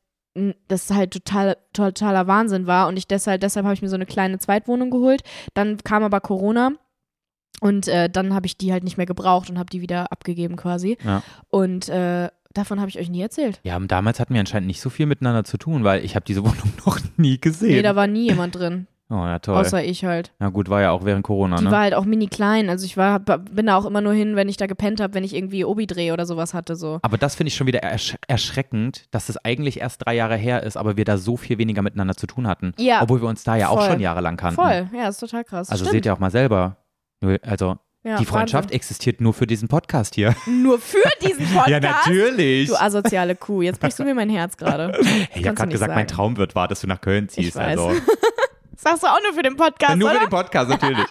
totaler Wahnsinn war und deshalb habe ich mir so eine kleine Zweitwohnung geholt. Dann kam aber Corona. Und dann habe ich die halt nicht mehr gebraucht und habe die wieder abgegeben quasi. Ja. Und davon habe ich euch nie erzählt. Ja, und damals hatten wir anscheinend nicht so viel miteinander zu tun, weil ich habe diese Wohnung noch nie gesehen. Nee, da war nie jemand drin. Oh ja, toll. Außer ich halt. Na gut, war ja auch während Corona, Die ne? war halt auch mini klein. Also ich bin da auch immer nur hin, wenn ich da gepennt habe, wenn ich irgendwie Obi-Dreh oder sowas hatte. So. Aber das finde ich schon wieder erschreckend, dass es eigentlich erst 3 Jahre her ist, aber wir da so viel weniger miteinander zu tun hatten. Ja. Obwohl wir uns da ja voll. auch schon jahrelang kannten. Voll, ja, ist total krass. Also stimmt. seht ihr auch mal selber. Also ja, die Freundschaft Wahnsinn. Existiert nur für diesen Podcast hier. Nur für diesen Podcast? Ja, natürlich. Du asoziale Kuh, jetzt brichst du mir mein Herz gerade. Hey, ich habe gerade gesagt, mein Traum wird wahr, dass du nach Köln ziehst. Ich weiß. Also. Das sagst du auch nur für den Podcast, Nur oder? für den Podcast, natürlich.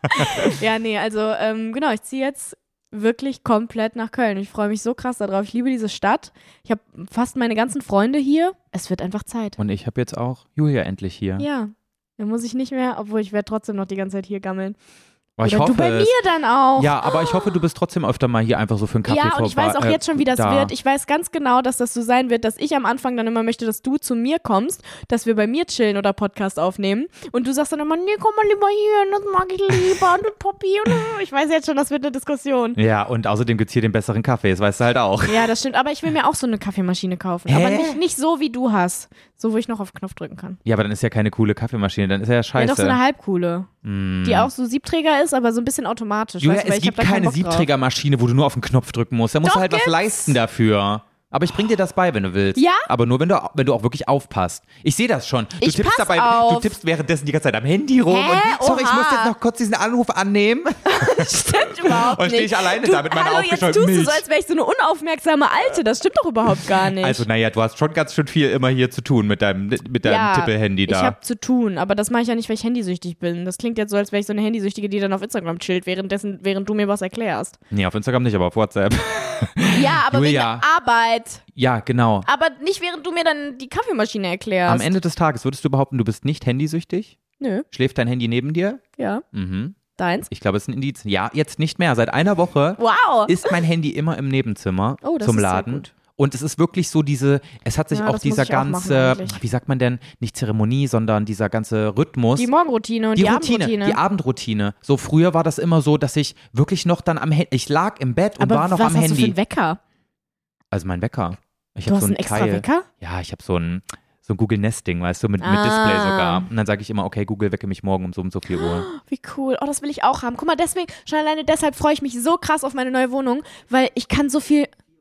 Ja, nee, also genau, ich ziehe jetzt wirklich komplett nach Köln. Ich freue mich so krass darauf. Ich liebe diese Stadt. Ich habe fast meine ganzen Freunde hier. Es wird einfach Zeit. Und ich habe jetzt auch Julia endlich hier. Ja, dann muss ich nicht mehr, obwohl ich werde trotzdem noch die ganze Zeit hier gammeln. Aber ich Oder hoffe, du bei mir dann auch. Ja, aber ich hoffe, du bist trotzdem öfter mal hier einfach so für einen Kaffee Ja, und ich weiß auch jetzt schon, wie das da. wird. Ich weiß ganz genau, dass das so sein wird, dass ich am Anfang dann immer möchte, dass du zu mir kommst, dass wir bei mir chillen oder Podcast aufnehmen. Und du sagst dann immer, nee, komm mal lieber hier, das mag ich lieber. Und Poppy. Und ich weiß jetzt schon, das wird eine Diskussion. Ja, und außerdem gibt es hier den besseren Kaffee, das weißt du halt auch. Ja, das stimmt. Aber ich will mir auch so eine Kaffeemaschine kaufen. Aber nicht so, wie du hast. So, wo ich noch auf den Knopf drücken kann. Ja, aber dann ist ja keine coole Kaffeemaschine, dann ist ja scheiße. Ja, doch so eine halbcoole. Die auch so Siebträger ist, aber so ein bisschen automatisch. Julia, weißt du, weil es gibt keine Siebträgermaschine, wo du nur auf den Knopf drücken musst. Da musst Doch, du halt was leisten dafür. Aber ich bring dir das bei, wenn du willst. Ja? Aber nur, wenn du auch wirklich aufpasst. Ich sehe das schon. Ich pass auf. Du tippst währenddessen die ganze Zeit am Handy rum. Hä? Und, sorry, ich Oha. muss jetzt noch kurz diesen Anruf annehmen. Stimmt überhaupt nicht. Und stehe ich alleine da mit meiner Hallo, jetzt aufgeschäumten tust du Milch. so, als wäre ich so eine unaufmerksame Alte. Das stimmt doch überhaupt gar nicht. Also, naja, du hast schon ganz schön viel immer hier zu tun mit deinem Tippel-Handy da. Ich habe zu tun, aber das mache ich ja nicht, weil ich handysüchtig bin. Das klingt jetzt so, als wäre ich so eine Handysüchtige, die dann auf Instagram chillt, während du mir was erklärst. Nee, auf Instagram nicht, aber auf WhatsApp. Ja, aber wegen Julia. der Arbeit. Ja, genau. Aber nicht, während du mir dann die Kaffeemaschine erklärst. Am Ende des Tages würdest du behaupten, du bist nicht handysüchtig? Nö, Schläft dein Handy neben dir? ja. Mhm. Deins? Ich glaube, es ist ein Indiz. Ja, jetzt nicht mehr. Seit einer Woche Wow. ist mein Handy immer im Nebenzimmer Oh, das zum ist sehr Laden. gut. Und es ist wirklich so es hat sich Ja, auch das dieser muss ich auch machen ganze, eigentlich. wie sagt man denn, nicht Zeremonie, sondern dieser ganze Rhythmus. Die Morgenroutine und die Abendroutine. Die Abendroutine. So früher war das immer so, dass ich wirklich noch dann am Handy, ich lag im Bett und aber war noch was am hast Handy. du für einen Wecker? Also mein Wecker. Ich Du hab hast so einen extra Teil. Wecker? Ja, ich habe so ein Google Nest-Ding, weißt du, mit Display sogar. Und dann sage ich immer, okay, Google, wecke mich morgen um so und so viel Uhr. Wie cool. Oh, das will ich auch haben. Guck mal, schon alleine deshalb freue ich mich so krass auf meine neue Wohnung, weil ich kann so viel.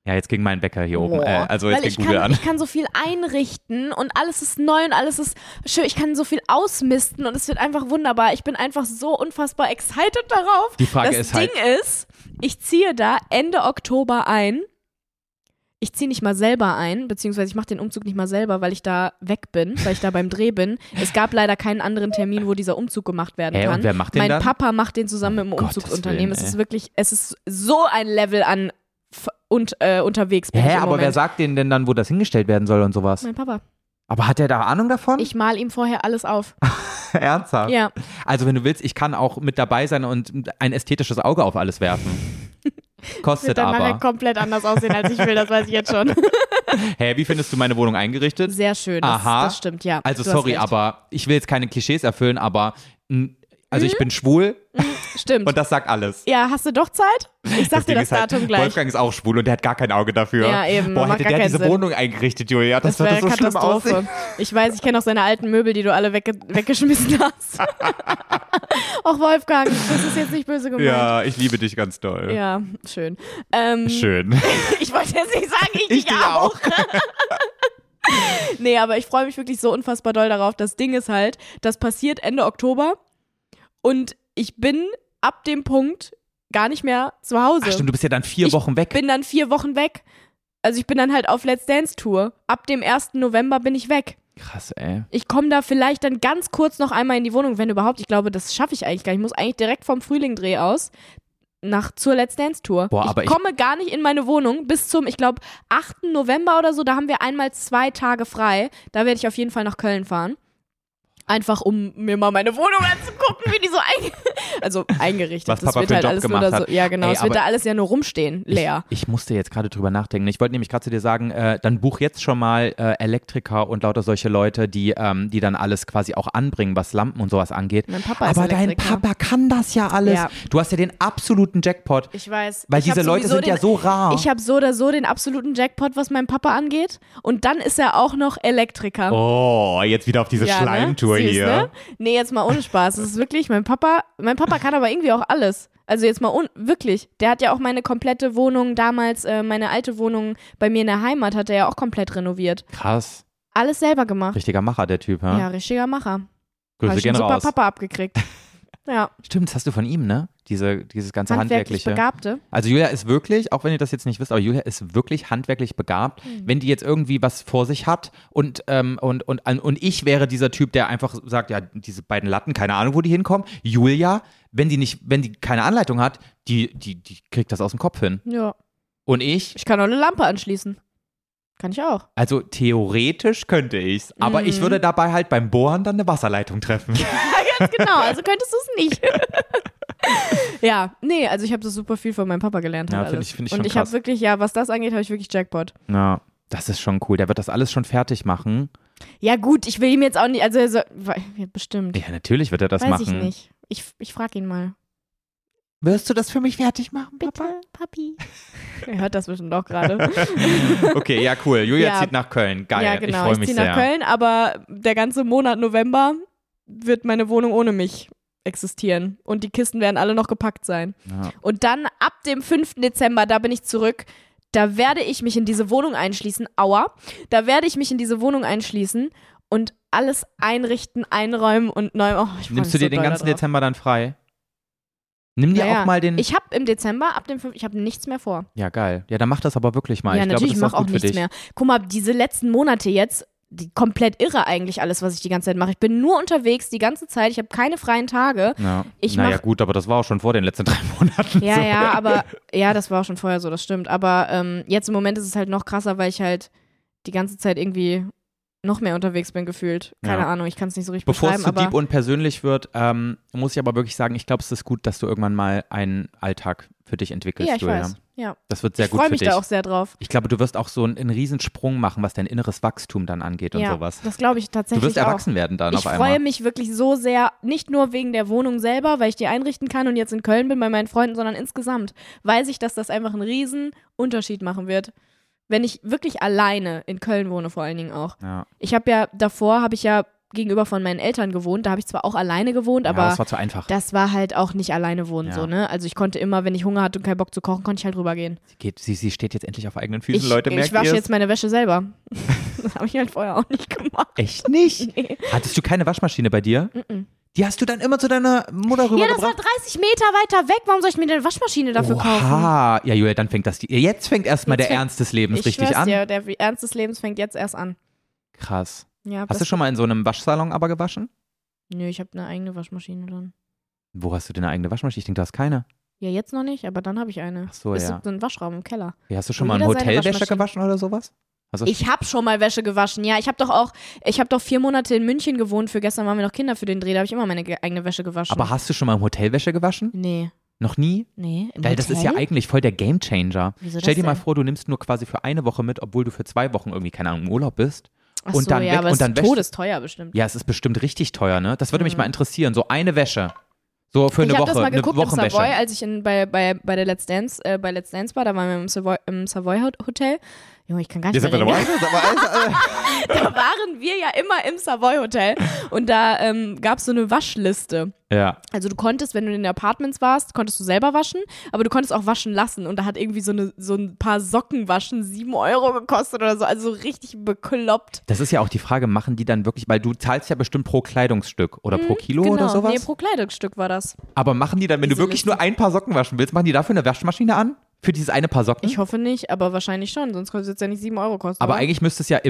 Ja, jetzt ging mein Wecker hier oben. Also Weil jetzt ging Google an. ich kann so viel einrichten und alles ist neu und alles ist schön. Ich kann so viel ausmisten und es wird einfach wunderbar. Ich bin einfach so unfassbar excited darauf. Die Frage das ist halt. Ding ist, ich ziehe da Ende Oktober ein. Ich ziehe nicht mal selber ein, beziehungsweise ich mache den Umzug nicht mal selber, weil ich da weg bin, weil ich da beim Dreh bin. Es gab leider keinen anderen Termin, wo dieser Umzug gemacht werden kann. Und wer macht den Mein dann? Papa macht den zusammen mit dem Umzugsunternehmen. Willen, Es ist so ein Level an unterwegs bin ich im Aber Moment. wer sagt denen denn dann, wo das hingestellt werden soll und sowas? Mein Papa. Aber hat der da Ahnung davon? Ich mal ihm vorher alles auf. Ernsthaft? Ja. Also wenn du willst, ich kann auch mit dabei sein und ein ästhetisches Auge auf alles werfen. Kostet Wird dann nachher aber. komplett anders aussehen, als ich will, das weiß ich jetzt schon. Hä, wie findest du meine Wohnung eingerichtet? Sehr schön, Aha. das stimmt, ja. Also Du hast sorry, recht. aber ich will jetzt keine Klischees erfüllen, aber also ich bin schwul Stimmt. und das sagt alles. Ja, hast du doch Zeit? Ich sag dir Ding das ist halt, Datum gleich. Wolfgang ist auch schwul und der hat gar kein Auge dafür. Ja, eben, Boah, macht hätte gar der keinen diese Sinn. Wohnung eingerichtet, Julia, das würde wäre so schlimm Katastrophe. aussehen. Ich weiß, ich kenne auch seine alten Möbel, die du alle weggeschmissen hast. Auch Wolfgang, das ist jetzt nicht böse gemeint. Ja, ich liebe dich ganz doll. Ja, schön. Schön. Ich wollte jetzt nicht sagen, ich dich auch. Nee, aber ich freue mich wirklich so unfassbar doll darauf. Das Ding ist halt, das passiert Ende Oktober und ich bin ab dem Punkt gar nicht mehr zu Hause. Ach stimmt, du bist ja dann 4 Wochen weg. Ich bin dann 4 Wochen weg. Also ich bin dann halt auf Let's Dance Tour. Ab dem 1. November bin ich weg. Krass, ey. Ich komme da vielleicht dann ganz kurz noch einmal in die Wohnung, wenn überhaupt. Ich glaube, das schaffe ich eigentlich gar nicht. Ich muss eigentlich direkt vom Frühlingdreh aus zur Let's Dance Tour. Boah, aber ich komme gar nicht in meine Wohnung bis zum, ich glaube, 8. November oder so. Da haben wir einmal 2 Tage frei. Da werde ich auf jeden Fall nach Köln fahren. Einfach, um mir mal meine Wohnung anzugucken, wie die so eingerichtet. Was das Papa wird für halt einen Job alles nur gemacht da so. hat. Ja, genau. Ey, es wird aber da alles ja nur rumstehen, leer. Ich musste jetzt gerade drüber nachdenken. Ich wollte nämlich gerade zu dir sagen, dann buch jetzt schon mal Elektriker und lauter solche Leute, die dann alles quasi auch anbringen, was Lampen und sowas angeht. Mein Papa ist Aber dein Elektriker. Papa kann das ja alles. Ja. Du hast ja den absoluten Jackpot. Ich weiß. Weil Ich hab diese Leute sowieso sind ja so rar. Ich habe so oder so den absoluten Jackpot, was mein Papa angeht. Und dann ist er auch noch Elektriker. Oh, jetzt wieder auf diese Ja, Schleimtour ne? Süß, hier. Ne? Nee, jetzt mal ohne Spaß. Das ist wirklich, mein Papa kann aber irgendwie auch alles. Also jetzt mal wirklich. Der hat ja auch meine komplette Wohnung damals, meine alte Wohnung bei mir in der Heimat hat er ja auch komplett renoviert. Krass. Alles selber gemacht. Richtiger Macher, der Typ, Ja, ja? richtiger Macher. Hab Grüße ich gehen einen super raus. Papa abgekriegt. Ja, Stimmt, das hast du von ihm, ne? Dieses ganze handwerklich Handwerkliche. Begabte. Also Julia ist wirklich, auch wenn ihr das jetzt nicht wisst, aber Julia ist wirklich handwerklich begabt. Wenn die jetzt irgendwie was vor sich hat und ich wäre dieser Typ, der einfach sagt, ja, diese beiden Latten, keine Ahnung, wo die hinkommen. Julia, wenn die keine Anleitung hat, die kriegt das aus dem Kopf hin. Ja. Und ich, Ich kann auch eine Lampe anschließen. Kann ich auch. also theoretisch könnte ich's, aber ich würde dabei halt beim Bohren dann eine Wasserleitung treffen. Ganz genau, also könntest du es nicht. Ja, nee, also ich habe so super viel von meinem Papa gelernt. Ja, halt find alles. ich schon Und ich habe krass. wirklich, ja, was das angeht, habe ich wirklich Jackpot. Ja, das ist schon cool. Der wird das alles schon fertig machen. Ja gut, ich will ihm jetzt auch nicht, also ja, bestimmt. Ja, natürlich wird er das Weiß machen. ich nicht. Ich frage ihn mal. Wirst du das für mich fertig machen, Bitte, Papi. Er hört das bestimmt auch gerade. Okay, ja, cool. Julia Ja. zieht nach Köln. Geil, Ja, ich genau. freue Ich mich ziehe sehr. nach Köln, aber der ganze Monat November wird meine Wohnung ohne mich existieren. Und die Kisten werden alle noch gepackt sein. Ja. Und dann ab dem 5. Dezember, da bin ich zurück, da werde ich mich in diese Wohnung einschließen. Aua. Da werde ich mich in diese Wohnung einschließen und alles einrichten, einräumen und neu. Oh, ich freu Nimmst mich du dir so den doll ganzen da drauf. Dezember dann frei? Nimm dir Ja, auch mal den. Ich habe im Dezember, ab dem 5. ich habe nichts mehr vor. Ja, geil. Ja, dann mach das aber wirklich mal. Ja, ich glaube, natürlich, das ich ist mache auch gut für nichts dich. mehr. Guck mal, diese letzten Monate jetzt, komplett irre eigentlich alles, was ich die ganze Zeit mache. Ich bin nur unterwegs die ganze Zeit, ich habe keine freien Tage. Ja. Ich naja, mach- gut, aber das war auch schon vor den letzten 3 Monaten. Ja, so. ja, aber ja, das war auch schon vorher so, das stimmt. Aber jetzt im Moment ist es halt noch krasser, weil ich halt die ganze Zeit irgendwie noch mehr unterwegs bin gefühlt. Keine Ja. Ahnung, ich kann es nicht so richtig Bevor es beschreiben, zu aber deep und persönlich wird, muss ich aber wirklich sagen, ich glaube, es ist gut, dass du irgendwann mal einen Alltag für dich entwickelst, ja, ich Julia. weiß. Ja. Das wird sehr Ich gut freue für mich dich. da auch sehr drauf. Ich glaube, du wirst auch so einen Riesensprung machen, was dein inneres Wachstum dann angeht und Ja, sowas. das glaube ich Du tatsächlich wirst auch. erwachsen werden dann Ich auf einmal. freue mich wirklich so sehr, nicht nur wegen der Wohnung selber, weil ich die einrichten kann und jetzt in Köln bin bei meinen Freunden, sondern insgesamt weiß ich, dass das einfach einen riesen Unterschied machen wird, wenn ich wirklich alleine in Köln wohne, vor allen Dingen auch. Ja. Ich habe ja, davor habe ich ja gegenüber von meinen Eltern gewohnt. Da habe ich zwar auch alleine gewohnt, aber das war zu einfach. das war halt auch nicht alleine wohnen, so, ne? Also ich konnte immer, wenn ich Hunger hatte und keinen Bock zu kochen, konnte ich halt rübergehen. Sie steht jetzt endlich auf eigenen Füßen, Leute, merkt Ich wasche ihr jetzt meine Wäsche selber. Das habe ich halt vorher auch nicht gemacht. Echt nicht? Nee. Hattest du keine Waschmaschine bei dir? Die hast du dann immer zu deiner Mutter Ja, rübergebracht? das war 30 Meter weiter weg. Warum soll ich mir eine Waschmaschine dafür kaufen? Ja, Julia, dann fängt jetzt fängt erstmal der Ernst des Lebens richtig an. Ja, der Ernst des Lebens fängt jetzt erst an. Krass. Ja, Hast du schon mal in so einem Waschsalon aber gewaschen? Nö, ich habe eine eigene Waschmaschine dann. Wo hast du denn eine eigene Waschmaschine? Ich denke, du hast keine. Ja, jetzt noch nicht, aber dann habe ich eine. Ach so, Es ja. gibt so einen Waschraum im Keller. Ja, hast du schon Wo mal im jeder seine Hotel Wäsche Waschmaschine- gewaschen oder sowas? Ich habe schon mal Wäsche gewaschen, ja. Ich habe doch 4 Monate in München gewohnt. Für gestern waren wir noch Kinder für den Dreh. Da habe ich immer meine eigene Wäsche gewaschen. Aber hast du schon mal im Hotel Wäsche gewaschen? Nee. Noch nie? Nee, im Weil Hotel? das ist ja eigentlich voll der Gamechanger. Wieso Stell das dir mal denn? vor, du nimmst nur quasi für eine Woche mit, obwohl du für 2 Wochen irgendwie, keine Ahnung, im Urlaub bist. Ach und so, dann ja, weg aber und es dann ist wäschst- todesteuer bestimmt. Ja, es ist bestimmt richtig teuer, ne? Das würde mich mal interessieren. So eine Wäsche. So für eine Ich habe Woche. das mal geguckt eine im Wochenwäsche. Savoy, als ich bei der Let's Dance war, da waren wir im Savoy Hotel. Junge, ich kann gar nicht mehr reden. Da waren wir ja immer im Savoy Hotel und da gab es so eine Waschliste. Ja. Also du konntest, wenn du in den Apartments warst, konntest du selber waschen, aber du konntest auch waschen lassen und da hat irgendwie so ein paar Socken waschen 7 Euro gekostet oder so, also so richtig bekloppt. Das ist ja auch die Frage, machen die dann wirklich, weil du zahlst ja bestimmt pro Kleidungsstück oder pro Kilo Genau, oder sowas? nee, pro Kleidungsstück war das. Aber machen die dann, wenn du Diese wirklich Liste. nur ein Paar Socken waschen willst, machen die dafür eine Waschmaschine an? Für dieses eine Paar Socken? Ich hoffe nicht, aber wahrscheinlich schon, sonst kostet es ja nicht 7 Euro kosten. Aber oder? eigentlich müsste es ja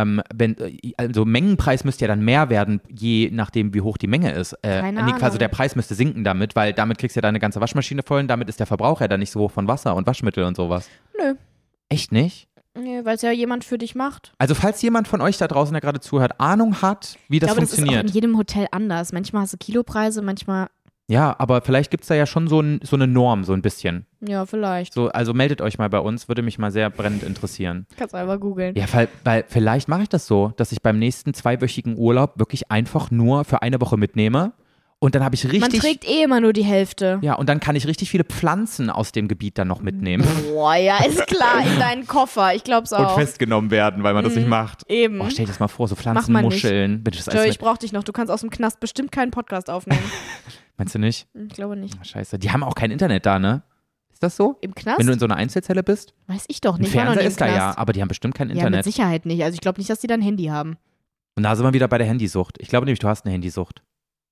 also Mengenpreis müsste ja dann mehr werden, je nachdem, wie hoch die Menge ist. Keine Also Ahnung. der Preis müsste sinken damit, weil damit kriegst du ja deine ganze Waschmaschine voll und damit ist der Verbrauch ja dann nicht so hoch von Wasser und Waschmittel und sowas. Nö. Echt nicht? Nee, weil es ja jemand für dich macht. Also falls jemand von euch da draußen, der gerade zuhört, Ahnung hat, wie das Ich glaube, das ist auch funktioniert. in jedem Hotel anders. Manchmal hast du Kilopreise, manchmal, Ja, aber vielleicht gibt es da ja schon so eine Norm, so ein bisschen. ja, vielleicht. So, also meldet euch mal bei uns, würde mich mal sehr brennend interessieren. Kannst einfach googeln. Ja, weil vielleicht mache ich das so, dass ich beim nächsten 2-wöchigen Urlaub wirklich einfach nur für eine Woche mitnehme und dann habe ich richtig. Man trägt eh immer nur die Hälfte. Ja, und dann kann ich richtig viele Pflanzen aus dem Gebiet dann noch mitnehmen. Boah, ja, ist klar, in deinen Koffer. Ich glaub's Und auch. festgenommen werden, weil man das nicht macht. Eben. Oh, stell dir das mal vor, so Mach man nicht. Pflanzenmuscheln. Bitte, das Joey, alles ich brauch dich noch. Du kannst aus dem Knast bestimmt keinen Podcast aufnehmen. Meinst du nicht? Ich glaube nicht. Oh, scheiße. Die haben auch kein Internet da, ne? Ist das so? Im Knast? Wenn du in so einer Einzelzelle bist? Weiß ich doch Ein nicht. Ich war noch Fernseher nie im ist da ja, Knast. aber die haben bestimmt kein Ja, mit Internet. Sicherheit nicht. Also ich glaube nicht, dass die da ein Handy haben. Und da sind wir wieder bei der Handysucht. Ich glaube nämlich, du hast eine Handysucht.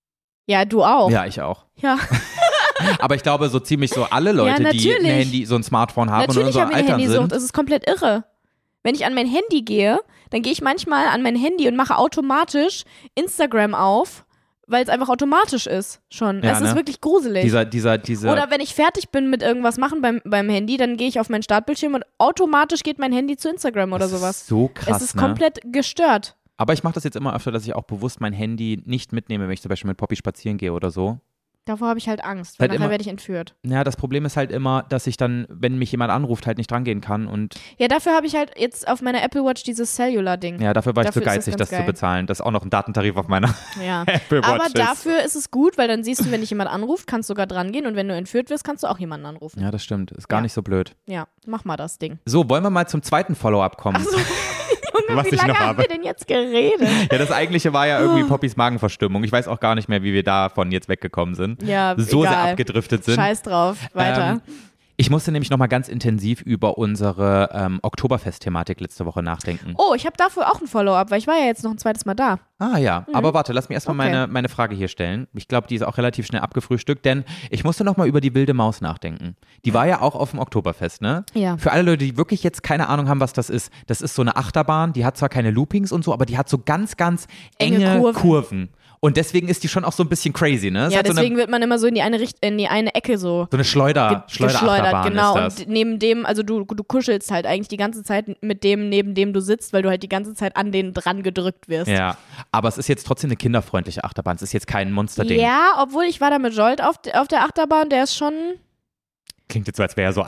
Ja, du auch. Ja, ich auch. Ja. Aber ich glaube, so ziemlich so alle Leute, die natürlich. ein Handy, so ein Smartphone haben und in Natürlich unserem haben wir eine Alter Handysucht. sind. Es ist komplett irre. Wenn ich an mein Handy gehe, dann gehe ich manchmal an mein Handy und mache automatisch Instagram auf, weil es einfach automatisch ist schon. Ja, Es ist ne? wirklich gruselig. Dieser. Oder wenn ich fertig bin mit irgendwas machen beim Handy, dann gehe ich auf meinen Startbildschirm und automatisch geht mein Handy zu Instagram oder das sowas. ist so krass, Es ist ne? komplett gestört. Aber ich mache das jetzt immer öfter, dass ich auch bewusst mein Handy nicht mitnehme, wenn ich zum Beispiel mit Poppy spazieren gehe oder so. Davor habe ich halt Angst, weil Halt nachher immer- werde ich entführt. Ja, das Problem ist halt immer, dass ich dann, wenn mich jemand anruft, halt nicht drangehen kann. Und Ja, dafür habe ich halt jetzt auf meiner Apple Watch dieses Cellular-Ding. ja, dafür war ich Dafür zu ist geizig, das das ganz zu geil. bezahlen. Das ist auch noch ein Datentarif auf meiner Ja. Apple Watch Aber ist. dafür ist es gut, weil dann siehst du, wenn dich jemand anruft, kannst du sogar dran gehen und wenn du entführt wirst, kannst du auch jemanden anrufen. Ja, das stimmt. Ist gar Ja. nicht so blöd. Ja, mach mal das Ding. So, wollen wir mal zum zweiten Follow-up kommen? Junge, Was wie ich lange noch haben habe. wir denn jetzt geredet? Ja, das eigentliche war ja irgendwie Poppys Magenverstimmung. Ich weiß auch gar nicht mehr, wie wir davon jetzt weggekommen sind. Ja, So sehr egal. abgedriftet sind. Scheiß drauf, weiter. Ich musste nämlich nochmal ganz intensiv über unsere Oktoberfest-Thematik letzte Woche nachdenken. Oh, ich habe dafür auch ein Follow-up, weil ich war ja jetzt noch ein zweites Mal da. Ah ja, aber warte, lass mich erstmal Okay. meine Frage hier stellen. Ich glaube, die ist auch relativ schnell abgefrühstückt, denn ich musste nochmal über die wilde Maus nachdenken. Die war ja auch auf dem Oktoberfest, ne? Ja. Für alle Leute, die wirklich jetzt keine Ahnung haben, was das ist so eine Achterbahn, die hat zwar keine Loopings und so, aber die hat so ganz, ganz enge Kurven. Und deswegen ist die schon auch so ein bisschen crazy, ne? Es Ja, hat deswegen wird man immer so in die eine Ecke so so eine geschleudert, Schleuderachterbahn genau. ist das. Und neben dem, also du kuschelst halt eigentlich die ganze Zeit mit dem, neben dem du sitzt, weil du halt die ganze Zeit an den dran gedrückt wirst. Ja, aber es ist jetzt trotzdem eine kinderfreundliche Achterbahn. Es ist jetzt kein Monsterding. Ja, obwohl ich war da mit Jolt auf der Achterbahn, der ist schon, Klingt jetzt so, als wäre er so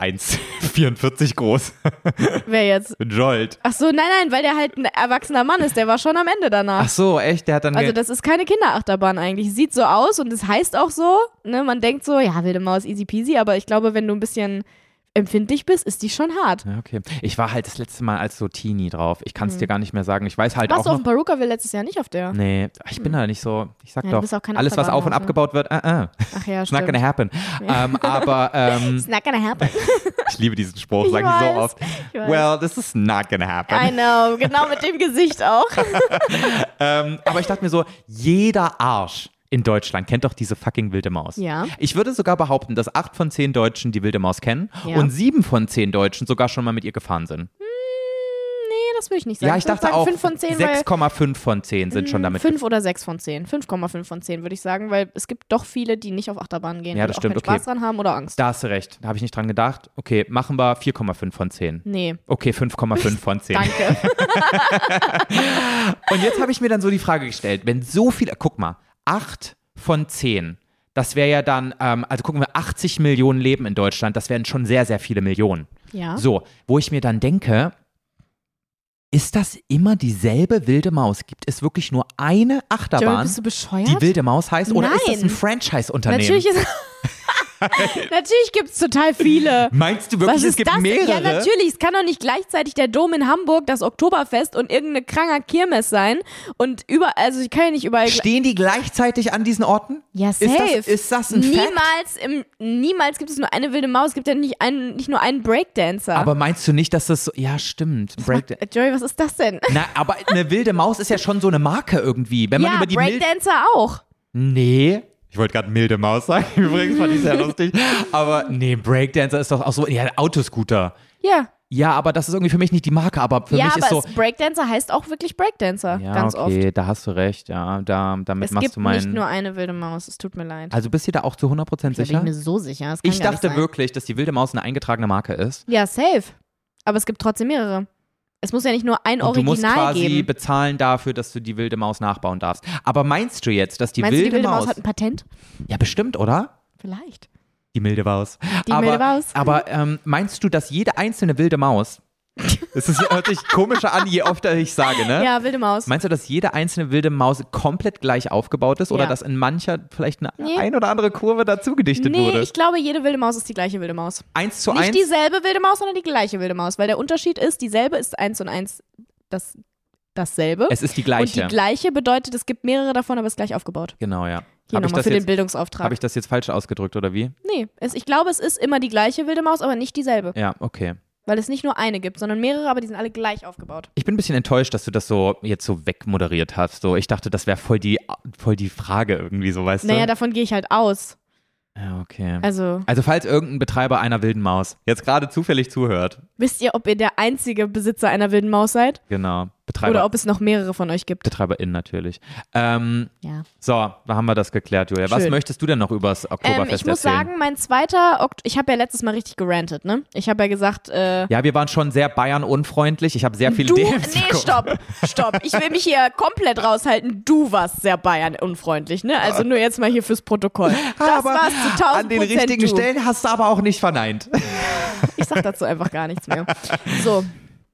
1,44 groß. wer jetzt? Jolt. Ach so, nein, weil der halt ein erwachsener Mann ist, der war schon am Ende danach. Ach so, echt? Der hat dann. Also das ist keine Kinderachterbahn eigentlich. Sieht so aus und es heißt auch so, ne? Man denkt so, ja, wilde Maus, easy peasy, aber ich glaube, wenn du ein bisschen empfindlich bist, ist die schon hart. Ja, okay. Ich war halt das letzte Mal als so Teenie drauf. Ich kann es dir gar nicht mehr sagen. Ich weiß halt Warst auch du auf noch. dem Peruka-Will letztes Jahr nicht auf der? Nee, ich bin da nicht so. Ich sag Ja, du doch, bist auch kein alles, was auf und Achterbahnhauser. abgebaut wird, Ach ja, It's not stimmt. gonna happen. Aber It's not gonna happen. ich liebe diesen Spruch, Ich sage ich so weiß, oft. ich weiß. Well, this is not gonna happen. I know, genau mit dem Gesicht auch. Aber ich dachte mir so, jeder Arsch in Deutschland kennt doch diese fucking wilde Maus. Ja. Ich würde sogar behaupten, dass 8 von 10 Deutschen die wilde Maus kennen Ja. und 7 von 10 Deutschen sogar schon mal mit ihr gefahren sind. Nee, das würde ich nicht sagen. Ja, ich dachte auch, 5 von 10, weil 6,5 von 10 sind schon damit 5 oder 6 von 10. 5,5 von 10 würde ich sagen, weil es gibt doch viele, die nicht auf Achterbahn gehen, Ja, die das auch stimmt, keinen okay. Spaß dran haben oder Angst. Da hast du recht, da habe ich nicht dran gedacht. Okay, machen wir 4,5 von 10. Nee, Okay, 5,5 von 10. danke. Und jetzt habe ich mir dann so die Frage gestellt, wenn so viele, guck mal, 8 von 10, das wäre ja dann, also gucken wir, 80 Millionen Leben in Deutschland, das wären schon sehr, sehr viele Millionen. Ja. So, wo ich mir dann denke, ist das immer dieselbe wilde Maus? Gibt es wirklich nur eine Joey, Achterbahn, bist du bescheuert? die wilde Maus heißt? Oder ist das ein Nein. Franchise-Unternehmen? Natürlich ist Natürlich gibt es total viele. Meinst du wirklich, Was es ist gibt das? mehrere? Ja, natürlich. Es kann doch nicht gleichzeitig der Dom in Hamburg, das Oktoberfest und irgendeine kranker Kirmes sein. Und überall, also ich kann ja nicht überall. Stehen die gleichzeitig an diesen Orten? Ja, safe. Ist das ein Fact? Niemals gibt es nur eine wilde Maus. Es gibt ja nicht nur einen Breakdancer. Aber meinst du nicht, dass das so, ja stimmt, Joey, was ist das denn? Na, aber eine wilde Maus ist ja schon so eine Marke irgendwie. Wenn man Ja, über die Breakdancer auch. Nee. Ich wollte gerade milde Maus sagen, übrigens fand ich sehr lustig. Aber nee, Breakdancer ist doch auch so, ja, Autoscooter. Ja. Ja, aber das ist irgendwie für mich nicht die Marke, aber für mich ist so. Breakdancer heißt auch wirklich Breakdancer. Ja, ganz okay, oft. da hast du recht, ja. Damit Es machst gibt du meinen. nicht nur eine wilde Maus, es tut mir leid. Also bist du da auch zu 100% Da bin ich sicher? mir so sicher. Das kann Ich gar nicht dachte sein. wirklich, dass die wilde Maus eine eingetragene Marke ist. Ja, safe. Aber es gibt trotzdem mehrere. Es muss ja nicht nur ein Und du musst Original quasi geben. bezahlen dafür, dass du die wilde Maus nachbauen darfst. Aber meinst du jetzt, dass die Meinst du, wilde die wilde Maus Maus. hat ein Patent? Ja, bestimmt, oder? Vielleicht. Die milde Maus. Die milde Maus. Aber meinst du, dass jede einzelne wilde Maus, hört sich komischer an, je öfter ich sage, ne? Ja, wilde Maus. Meinst du, dass jede einzelne wilde Maus komplett gleich aufgebaut ist oder Ja. dass in mancher vielleicht eine Nee. ein oder andere Kurve dazu gedichtet Nee, wurde? ich glaube, jede wilde Maus ist die gleiche wilde Maus. 1 zu Nicht 1? dieselbe wilde Maus, sondern die gleiche wilde Maus. Weil der Unterschied ist, dieselbe ist 1 und 1 dasselbe. Es ist die Und gleiche. die gleiche bedeutet, es gibt mehrere davon, aber es ist gleich aufgebaut. Genau, ja. Hier Habe ich, nochmal das für den jetzt- Bildungsauftrag. hab ich das jetzt falsch ausgedrückt oder wie? Nee, ich glaube, es ist immer die gleiche wilde Maus, aber nicht dieselbe. Ja, okay. Weil es nicht nur eine gibt, sondern mehrere, aber die sind alle gleich aufgebaut. Ich bin ein bisschen enttäuscht, dass du das so jetzt so wegmoderiert hast. So, ich dachte, das wäre voll die Frage irgendwie so, weißt Naja, du? davon gehe ich halt aus. Ja, okay. Also, Also falls irgendein Betreiber einer wilden Maus jetzt gerade zufällig zuhört, wisst ihr, ob ihr der einzige Besitzer einer wilden Maus seid? genau, Oder ob es noch mehrere von euch gibt? BetreiberInnen natürlich. Ja. So, da haben wir das geklärt, Julia. Was Schön. möchtest du denn noch übers Oktoberfest Ich muss erzählen? sagen, mein zweiter ich habe ja letztes Mal richtig gerantet, ne? Ich habe ja gesagt, Ja, wir waren schon sehr Bayern-unfreundlich. Ich habe sehr viele du, DMs nee, bekommen. stopp. Ich will mich hier komplett raushalten. Du warst sehr Bayern-unfreundlich, ne? Also nur jetzt mal hier fürs Protokoll. Das Aber warst zu 1000% an den richtigen du. Stellen hast du aber auch nicht verneint. Ich sag dazu einfach gar nichts mehr. So.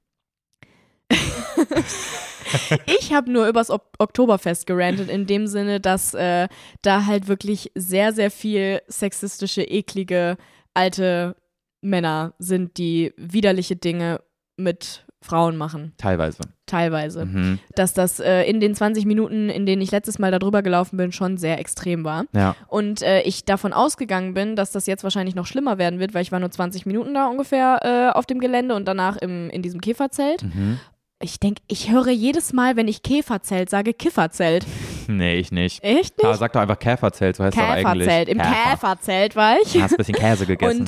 Ich habe nur übers Oktoberfest gerantet, in dem Sinne, dass da halt wirklich sehr, sehr viel sexistische, eklige, alte Männer sind, die widerliche Dinge mit Frauen machen. Teilweise. Mhm. Dass das in den 20 Minuten, in denen ich letztes Mal da drüber gelaufen bin, schon sehr extrem war. Ja. Und ich davon ausgegangen bin, dass das jetzt wahrscheinlich noch schlimmer werden wird, weil ich war nur 20 Minuten da ungefähr auf dem Gelände und danach in diesem Käferzelt. Mhm. Ich denke, ich höre jedes Mal, wenn ich Käferzelt sage, Kifferzelt. Nee, ich nicht. Echt nicht? Aber sag doch einfach Käferzelt, so heißt es doch eigentlich. Käferzelt. Im Käferzelt war ich. Du hast ein bisschen Käse gegessen.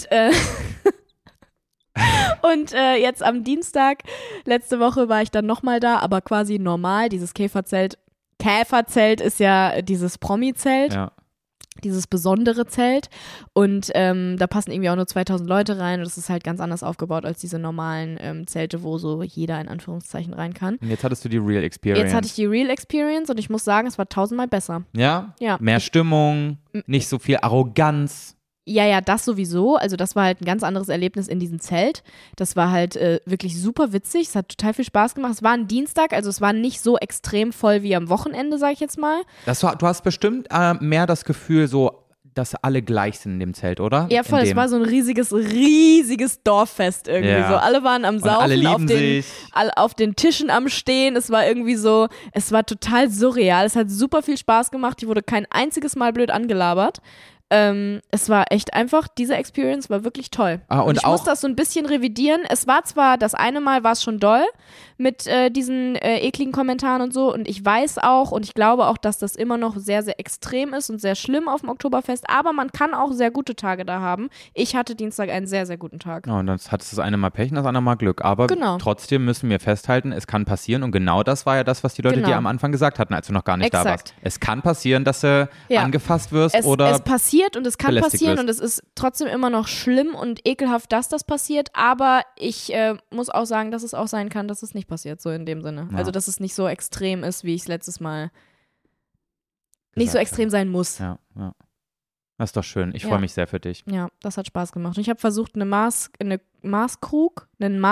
Und jetzt am Dienstag, letzte Woche war ich dann nochmal da, aber quasi normal, dieses Käferzelt. Käferzelt ist ja dieses Promi-Zelt. Ja. Dieses besondere Zelt und da passen irgendwie auch nur 2000 Leute rein und das ist halt ganz anders aufgebaut als diese normalen Zelte, wo so jeder in Anführungszeichen rein kann. Und jetzt hattest du die Real Experience. Jetzt hatte ich die Real Experience und ich muss sagen, es war 1000-mal besser. Ja? Ja. Mehr Stimmung, nicht so viel Arroganz. Ja, das sowieso. Also das war halt ein ganz anderes Erlebnis in diesem Zelt. Das war halt wirklich super witzig. Es hat total viel Spaß gemacht. Es war ein Dienstag, also es war nicht so extrem voll wie am Wochenende, sag ich jetzt mal. Du hast bestimmt mehr das Gefühl, so dass alle gleich sind in dem Zelt, oder? Ja, voll. Es war so ein riesiges Dorffest irgendwie so. Alle waren am Saufen, alle lieben auf den Tischen am Stehen. Es war irgendwie so, es war total surreal. Es hat super viel Spaß gemacht. Ich wurde kein einziges Mal blöd angelabert. Es war echt einfach, diese Experience war wirklich toll. Und ich muss das so ein bisschen revidieren. Es war zwar, das eine Mal war es schon doll mit diesen ekligen Kommentaren und so, und ich weiß auch und ich glaube auch, dass das immer noch sehr, sehr extrem ist und sehr schlimm auf dem Oktoberfest, aber man kann auch sehr gute Tage da haben. Ich hatte Dienstag einen sehr, sehr guten Tag. Ja, und dann hattest du das eine Mal Pech und das andere Mal Glück, aber trotzdem müssen wir festhalten, es kann passieren, und genau das war ja das, was die Leute dir am Anfang gesagt hatten, als du noch gar nicht da warst. Es kann passieren, dass du angefasst wirst es passiert und es kann passieren und es ist trotzdem immer noch schlimm und ekelhaft, dass das passiert, aber ich muss auch sagen, dass es auch sein kann, dass es nicht passiert, so in dem Sinne. Ja. Also, dass es nicht so extrem ist, wie ich es letztes Mal nicht so extrem sein muss. Ja. Das ist doch schön. Ich freue mich sehr für dich. Ja, das hat Spaß gemacht. Und ich habe versucht, einen Maßkrug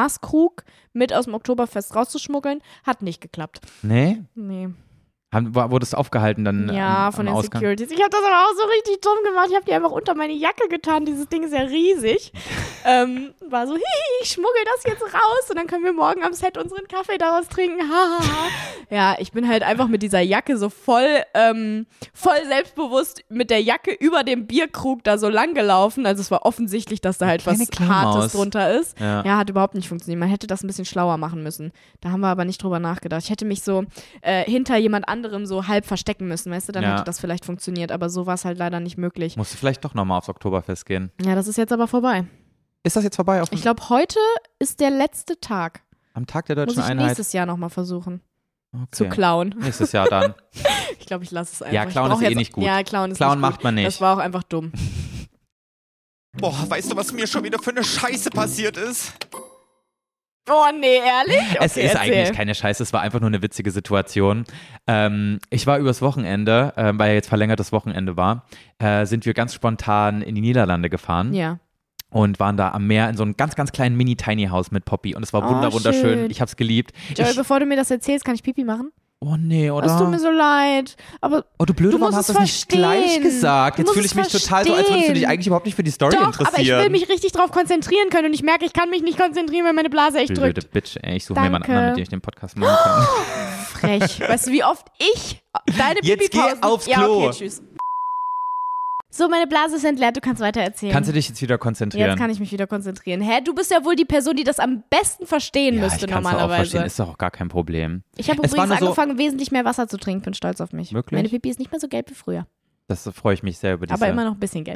mit aus dem Oktoberfest rauszuschmuggeln. Hat nicht geklappt. Nee? Nee. Wurdest du aufgehalten dann? Ja, von den Ausgang? Securities. Ich habe das aber auch so richtig dumm gemacht. Ich habe die einfach unter meine Jacke getan. Dieses Ding ist ja riesig. War so, ich schmuggel das jetzt raus und dann können wir morgen am Set unseren Kaffee daraus trinken. Ja, ich bin halt einfach mit dieser Jacke so voll selbstbewusst mit der Jacke über dem Bierkrug da so lang gelaufen. Also es war offensichtlich, dass da halt was Hartes drunter ist. Ja, hat überhaupt nicht funktioniert. Man hätte das ein bisschen schlauer machen müssen. Da haben wir aber nicht drüber nachgedacht. Ich hätte mich so hinter jemand anderem so halb verstecken müssen, weißt du? Dann hätte das vielleicht funktioniert. Aber so war es halt leider nicht möglich. Musst du vielleicht doch nochmal aufs Oktoberfest gehen. Ja, das ist jetzt aber vorbei. Ist das jetzt vorbei? Ich glaube, heute ist der letzte Tag. Am Tag der Deutschen Einheit? Muss ich nächstes Jahr nochmal versuchen. Zu klauen. Nächstes Jahr dann. Ich glaube, ich lasse es einfach. Ja, klauen ist nicht gut. Ja, klauen ist klauen nicht macht gut. man nicht. Das war auch einfach dumm. Boah, weißt du, was mir schon wieder für eine Scheiße passiert ist? Oh nee, ehrlich? Okay, es ist eigentlich keine Scheiße, es war einfach nur eine witzige Situation. Ich war übers Wochenende, weil ja jetzt verlängertes Wochenende war, sind wir ganz spontan in die Niederlande gefahren. Ja. Und waren da am Meer in so einem ganz, ganz kleinen Mini-Tiny-House mit Poppy. Und es war wunderschön. Schön. Ich hab's geliebt. Joey, bevor du mir das erzählst, kann ich Pipi machen? Oh nee, oder? Es tut mir so leid. Aber oh, du Blöde, warum hast du das nicht gleich gesagt? Jetzt fühle ich mich total so, als würdest du dich eigentlich überhaupt nicht für die Story interessieren. Aber ich will mich richtig drauf konzentrieren können und ich merke, ich kann mich nicht konzentrieren, weil meine Blase echt drückt. Blöde Bitch, ey. Ich suche mir jemanden anderen, mit dem ich den Podcast machen kann. Frech. Weißt du, wie oft ich deine Pipi-Pausen... Jetzt geh aufs Klo. Ja, okay, tschüss. So, meine Blase ist entleert, du kannst weiter erzählen. Kannst du dich jetzt wieder konzentrieren? Jetzt kann ich mich wieder konzentrieren. Hä, du bist ja wohl die Person, die das am besten verstehen müsste normalerweise. Ja, ich kann es auch verstehen, ist doch auch gar kein Problem. Ich habe übrigens angefangen, wesentlich mehr Wasser zu trinken, bin stolz auf mich. Wirklich? Meine Pipi ist nicht mehr so gelb wie früher. Das freue ich mich sehr über diese. Aber immer noch ein bisschen gelb.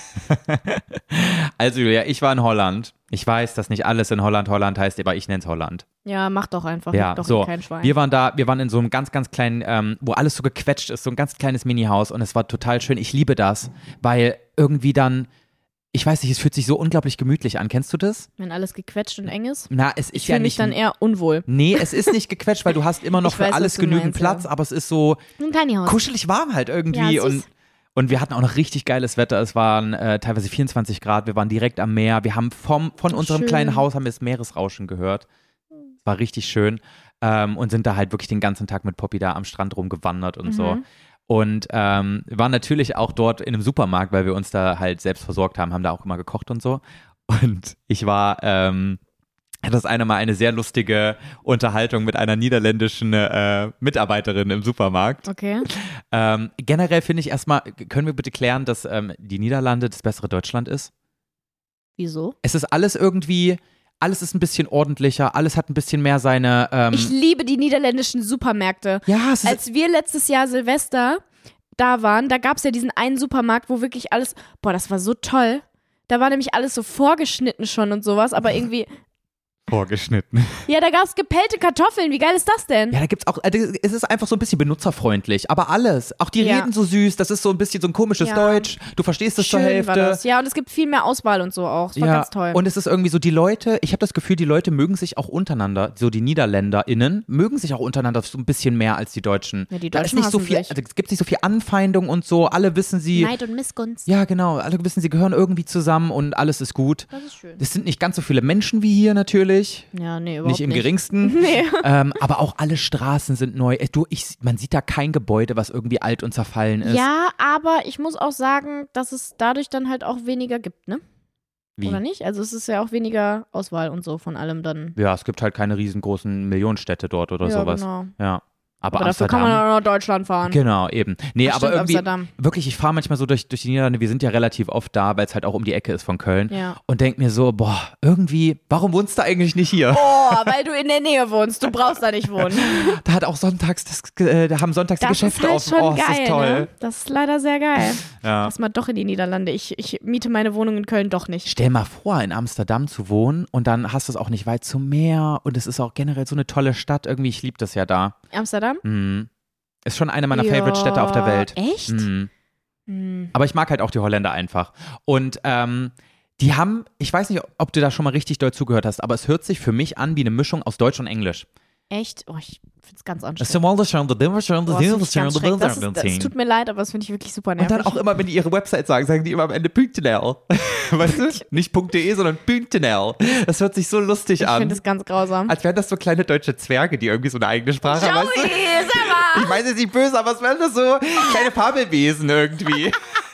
Also Julia, ich war in Holland. Ich weiß, dass nicht alles in Holland heißt, aber ich nenne es Holland. Ja, mach doch einfach. Ja, doch so. Kein Schwein. Wir waren in so einem ganz, ganz kleinen, wo alles so gequetscht ist, so ein ganz kleines Mini-Haus und es war total schön. Ich liebe das, weil irgendwie dann, ich weiß nicht, es fühlt sich so unglaublich gemütlich an. Kennst du das? Wenn alles gequetscht und eng ist? Na, es ist ich ja nicht. Ich fühle mich dann eher unwohl. Nee, es ist nicht gequetscht, weil du hast immer noch für alles genügend Platz, aber es ist so ein Tiny House. Kuschelig warm halt irgendwie ja, und wir hatten auch noch richtig geiles Wetter. Es waren teilweise 24 Grad. Wir waren direkt am Meer. Wir haben von unserem kleinen Haus haben wir das Meeresrauschen gehört. Es war richtig schön. Und sind da halt wirklich den ganzen Tag mit Poppy da am Strand rumgewandert und so. Und wir waren natürlich auch dort in einem Supermarkt, weil wir uns da halt selbst versorgt haben da auch immer gekocht und so. Und ich war das eine Mal eine sehr lustige Unterhaltung mit einer niederländischen Mitarbeiterin im Supermarkt. Okay. Generell finde ich erstmal, können wir bitte klären, dass die Niederlande das bessere Deutschland ist? Wieso? Es ist alles ist ein bisschen ordentlicher, alles hat ein bisschen mehr seine... Ich liebe die niederländischen Supermärkte. Ja, als wir letztes Jahr Silvester da waren, da gab es ja diesen einen Supermarkt, wo wirklich alles... Boah, das war so toll. Da war nämlich alles so vorgeschnitten schon und sowas, aber irgendwie... Vorgeschnitten. Ja, da gab es gepellte Kartoffeln. Wie geil ist das denn? Ja, da gibt's auch, es ist einfach so ein bisschen benutzerfreundlich, aber alles. Auch die reden so süß, das ist so ein bisschen so ein komisches Deutsch. Du verstehst es zur Hälfte. War das. Ja, und es gibt viel mehr Auswahl und so auch. Das war ganz toll. Und es ist irgendwie so, ich habe das Gefühl, die Leute mögen sich auch untereinander, so die NiederländerInnen, mögen sich auch untereinander so ein bisschen mehr als die Deutschen. Ja, die da Deutschen ist nicht so viel, also es gibt nicht so viel Anfeindung und so, alle wissen sie. Neid und Missgunst. Ja, genau, alle wissen, sie gehören irgendwie zusammen und alles ist gut. Das ist schön. Es sind nicht ganz so viele Menschen wie hier natürlich. hässlich. Ja, nee, überhaupt Nicht im geringsten. Nee. Aber auch alle Straßen sind neu. Man sieht da kein Gebäude, was irgendwie alt und zerfallen ist. Ja, aber ich muss auch sagen, dass es dadurch dann halt auch weniger gibt, ne? Wie? Oder nicht? Also es ist ja auch weniger Auswahl und so von allem dann. Ja, es gibt halt keine riesengroßen Millionenstädte dort oder Ja, sowas. genau. Ja. Aber dafür Amsterdam, kann man auch nach Deutschland fahren. genau, eben. Nee, Ach, aber stimmt, irgendwie, Amsterdam. wirklich, ich fahre manchmal so durch die Niederlande, wir sind ja relativ oft da, weil es halt auch um die Ecke ist von Köln Ja. und denk mir so, boah, irgendwie, warum wohnst du eigentlich nicht hier? Oh, weil du in der Nähe wohnst. Du brauchst da nicht wohnen. Da hat auch sonntags, da haben sonntags die Das Geschäfte ist halt offen. schon Oh, geil, das ist toll. ne? Das ist leider sehr geil. Ja. Lass mal doch in die Niederlande. Ich miete meine Wohnung in Köln doch nicht. Stell mal vor, in Amsterdam zu wohnen und dann hast du es auch nicht weit zum Meer und es ist auch generell so eine tolle Stadt. Irgendwie, ich liebe das ja da. Amsterdam? Mhm. Ist schon eine meiner Favorite-Städte auf der Welt. Echt? Mhm. Hm. Aber ich mag halt auch die Holländer einfach. Und die haben, ich weiß nicht, ob du da schon mal richtig doll zugehört hast, aber es hört sich für mich an wie eine Mischung aus Deutsch und Englisch. Echt? Oh, ich finde es ganz Das anstrengend. Das tut mir leid, aber das finde ich wirklich super Und nervig. dann auch immer, wenn die ihre Website sagen die immer am Ende .nl. Weißt du? Nicht .de, sondern .nl. Das hört sich so lustig ich an. finde es ganz grausam. Als wären das so kleine deutsche Zwerge, die irgendwie so eine eigene Sprache haben. Weißt Joey, du? sag mal! Ich meine, es ist nicht böse, aber es wären das so kleine Fabelwesen irgendwie.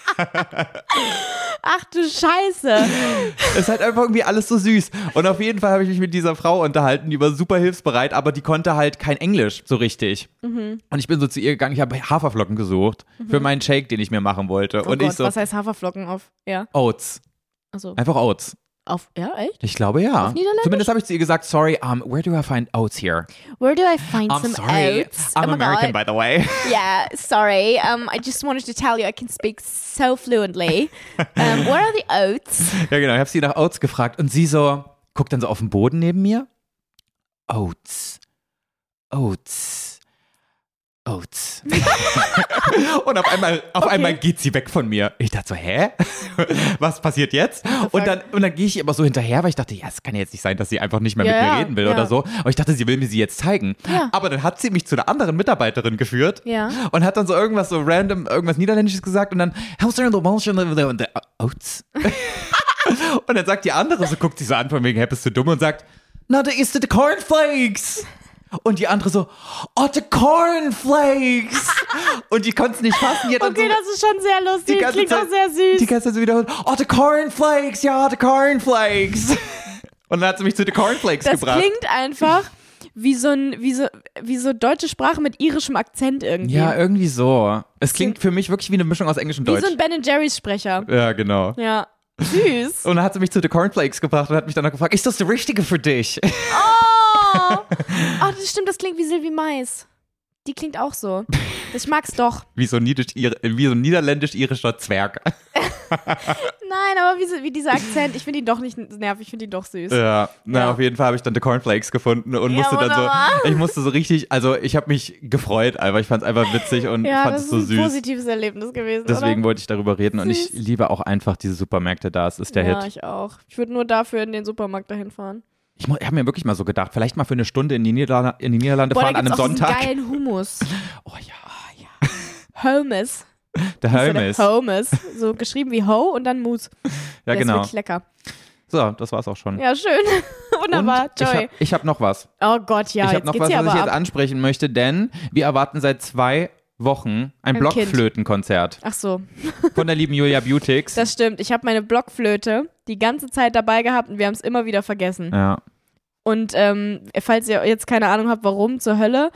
Ach du Scheiße. Es ist halt einfach irgendwie alles so süß. Und auf jeden Fall habe ich mich mit dieser Frau unterhalten, die war super hilfsbereit, aber die konnte halt kein Englisch so richtig. Und ich bin so zu ihr gegangen, ich habe Haferflocken gesucht für meinen Shake, den ich mir machen wollte. Oh und Gott, ich so, was heißt Haferflocken auf? Ja. Oats. Also Einfach Oats. auf, ja, echt? Ich glaube ja. Auf Niederländisch? Zumindest habe ich zu ihr gesagt, sorry, where do I find oats here? Where do I find I'm some sorry, oats? I'm Oh my American, God. by the way. Yeah, sorry. I just wanted to tell you I can speak so fluently. Where are the oats? Ja genau, ich habe sie nach Oats gefragt und sie so, guckt dann so auf den Boden neben mir. Oats. Oats. Oats. Und auf einmal geht sie weg von mir. Ich dachte so, hä? Was passiert jetzt? Und dann gehe ich aber so hinterher, weil ich dachte, ja, es kann ja jetzt nicht sein, dass sie einfach nicht mehr mit mir reden will oder so. Und ich dachte, sie will mir sie jetzt zeigen. Ja. Aber dann hat sie mich zu einer anderen Mitarbeiterin geführt und hat dann so irgendwas so random, irgendwas Niederländisches gesagt und dann Oats. Und dann sagt die andere, so guckt sie so an von wegen, hey, bist du dumm? Und sagt, na, da ist die Cornflakes. Und die andere so, oh, the Cornflakes. Und die konnte es nicht fassen. Die hat dann Okay, so, das ist schon sehr lustig. die ganze Klingt Zeit- auch sehr süß. die ganze Zeit so wiederholt, oh, the Cornflakes, ja, the Cornflakes. Und dann hat sie mich zu the Cornflakes Das gebracht. klingt einfach wie so deutsche Sprache mit irischem Akzent irgendwie. Ja, irgendwie so. Es klingt für mich wirklich wie eine Mischung aus Englisch und wie Deutsch. so ein Ben Jerry's Sprecher. Ja, genau. Ja. Süß. Und dann hat sie mich zu the Cornflakes gebracht und hat mich dann noch gefragt, ist das der Richtige für dich? Oh, das stimmt, das klingt wie Sylvie Mais. Die klingt auch so. Ich mag's doch. Wie so ein niederländisch-irischer Zwerg. Nein, aber wie dieser Akzent, ich finde ihn doch nicht nervig, ich finde ihn doch süß. Ja, Ja. auf jeden Fall habe ich dann The Cornflakes gefunden und Ja, musste dann wunderbar. so, ich musste so richtig, also ich habe mich gefreut, aber ich fand es einfach witzig und Ja, fand das es ist so ein süß. positives Erlebnis gewesen, Deswegen oder? wollte ich darüber reden und ich Süß. liebe auch einfach diese Supermärkte da, es ist der Ja, Hit. ich auch. Ich würde nur dafür in den Supermarkt dahin fahren. Ich habe mir wirklich mal so gedacht, vielleicht mal für eine Stunde in die Niederlande Boah, fahren da an einem gibt's auch diesen Sonntag. geilen Hummus. Oh ja, Hummus. der Hermes. Hummus. So geschrieben wie Ho und dann Mousse. Ja, Der ist genau. wirklich lecker. So, das war's auch schon. Ja, schön. Wunderbar. Und Joy. ich hab noch was. Oh Gott, ja, ich habe jetzt noch geht's was, hier was ich aber jetzt ab. ansprechen möchte, denn wir erwarten seit 2 Wochen ein Ein Kind. Blockflötenkonzert Ach so, von der lieben Julia Butix. das stimmt. Ich habe meine Blockflöte die ganze Zeit dabei gehabt und wir haben es immer wieder vergessen. Ja. Und falls ihr jetzt keine Ahnung habt, warum zur Hölle,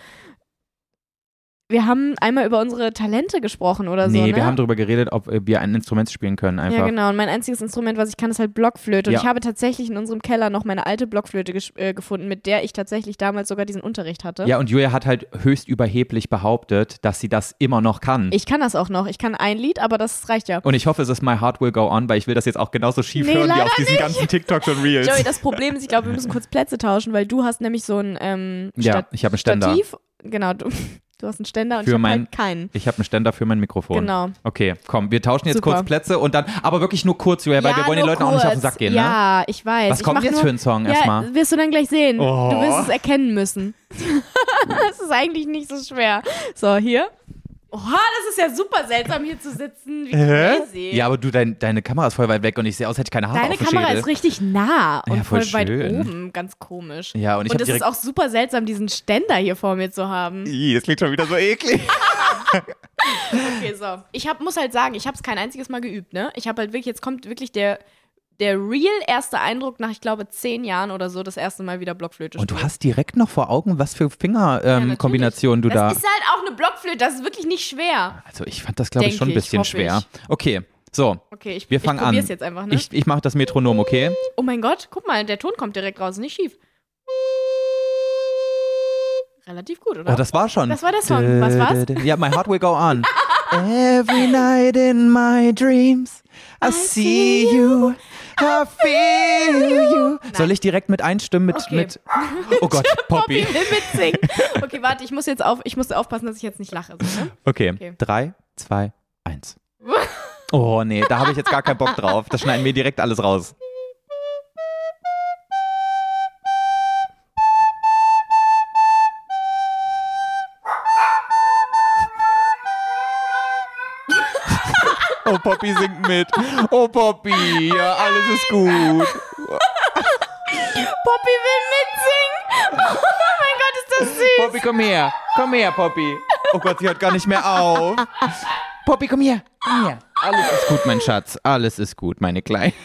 wir haben einmal über unsere Talente gesprochen oder so, Nee, ne? wir haben darüber geredet, ob wir ein Instrument spielen können einfach. Ja, genau. Und mein einziges Instrument, was ich kann, ist halt Blockflöte. Und Ja. ich habe tatsächlich in unserem Keller noch meine alte Blockflöte gefunden, mit der ich tatsächlich damals sogar diesen Unterricht hatte. Ja, und Julia hat halt höchst überheblich behauptet, dass sie das immer noch kann. Ich kann das auch noch. Ich kann ein Lied, aber das reicht ja. Und ich hoffe, es ist My Heart Will Go On, weil ich will das jetzt auch genauso schief Nee, hören wie leider auf diesen ganzen TikToks und Reels. Joey, das Problem ist, ich glaube, wir müssen kurz Plätze tauschen, weil du hast nämlich so ein Ja, ich habe einen Ständer. Stativ. Genau, du hast einen Ständer und Für ich habe mein- halt keinen. Ich habe einen Ständer für mein Mikrofon. Genau. Okay, komm, wir tauschen jetzt Super. kurz Plätze und dann, aber wirklich nur kurz, Julia, weil Ja, wir wollen den nur Leuten auch nicht auf den kurz. Sack gehen, ne? Ja, ich weiß. Was Ich kommt mach jetzt nur, für ein Song ja, erstmal? wirst du dann gleich sehen. Oh. Du wirst es erkennen müssen. Das ist eigentlich nicht so schwer. So, hier. Oha, das ist ja super seltsam, hier zu sitzen. Wie crazy. Ja, aber du, deine Kamera ist voll weit weg und ich sehe aus, als hätte ich keine Haare Deine auf dem Kamera Schädel. ist richtig nah und Ja, voll weit schön. oben. Ganz komisch. Ja, und ich habe es ist direkt... auch super seltsam, diesen Ständer hier vor mir zu haben. Das klingt schon wieder so eklig. Okay, so. Muss halt sagen, ich habe es kein einziges Mal geübt, ne? Ich habe halt wirklich, jetzt kommt wirklich der real erste Eindruck nach, ich glaube, 10 Jahren oder so, das erste Mal wieder Blockflöte Und du spielen. hast direkt noch vor Augen, was für Fingerkombinationen du da... Das ist halt auch eine Blockflöte, das ist wirklich nicht schwer. Also ich fand das, glaube ich, Denke schon ein ich, bisschen hoffe schwer. ich. Okay, so, Okay, wir fangen ich an. probier's jetzt einfach, ne? Ich mache das Metronom, okay? Oh mein Gott, guck mal, der Ton kommt direkt raus, nicht schief. Relativ gut, oder? Oh, das war schon. Das war der Song. Was war's? Ja, My Heart Will Go On. Every night in my dreams I see you, I feel you. Soll ich direkt mit einstimmen Okay. mit Oh Gott, Poppy. Poppy will mitsingen. Okay, warte, ich muss aufpassen, dass ich jetzt nicht lache. So, ne? Okay, 3, 2, 1. Oh nee, da habe ich jetzt gar keinen Bock drauf. Das schneiden wir direkt alles raus. Oh, Poppy singt mit. Oh, Poppy, ja, alles ist gut. Poppy will mitsingen. Oh mein Gott, ist das süß. Poppy, komm her. Komm her, Poppy. Oh Gott, sie hört gar nicht mehr auf. Poppy, komm her. Komm her. Alles ist gut, mein Schatz. Alles ist gut, meine Kleine.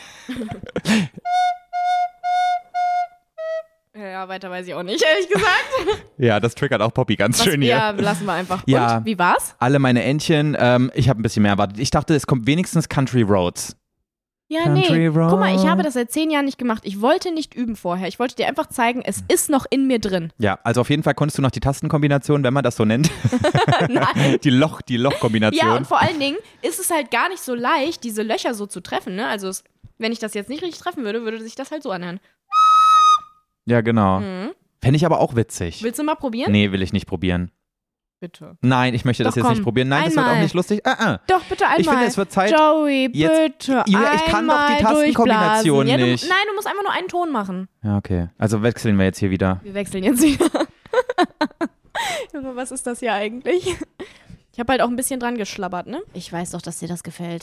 Ja, weiter weiß ich auch nicht, ehrlich gesagt. Ja, das triggert auch Poppy ganz schön hier. Ja, lassen wir einfach. Ja. Und, wie war's? Alle meine Entchen, ich habe ein bisschen mehr erwartet. Ich dachte, es kommt wenigstens Country Roads. Ja, Country nee. Road. Guck mal, ich habe das seit 10 Jahren nicht gemacht. Ich wollte nicht üben vorher. Ich wollte dir einfach zeigen, es ist noch in mir drin. Ja, also auf jeden Fall konntest du noch die Tastenkombination, wenn man das so nennt. Nein. Die Lochkombination. Ja, und vor allen Dingen ist es halt gar nicht so leicht, diese Löcher so zu treffen. Ne? Also, wenn ich das jetzt nicht richtig treffen würde, würde sich das halt so anhören. Ja, genau. Mhm. Fände ich aber auch witzig. Willst du mal probieren? Nee, will ich nicht probieren. Bitte. Nein, ich möchte das Doch, jetzt komm. nicht probieren. Nein, das wird Einmal. auch nicht lustig. Doch, bitte einmal. Ich finde, es wird Zeit. Joey, Jetzt- bitte. Julia, ich kann doch die einmal Tastenkombination durchblasen. nicht. Nein, du musst einfach nur einen Ton machen. Ja, okay. Also wechseln wir jetzt hier wieder. Wir wechseln jetzt wieder. Junge, was ist das hier eigentlich? Ich habe halt auch ein bisschen dran geschlabbert, ne? Ich weiß doch, dass dir das gefällt.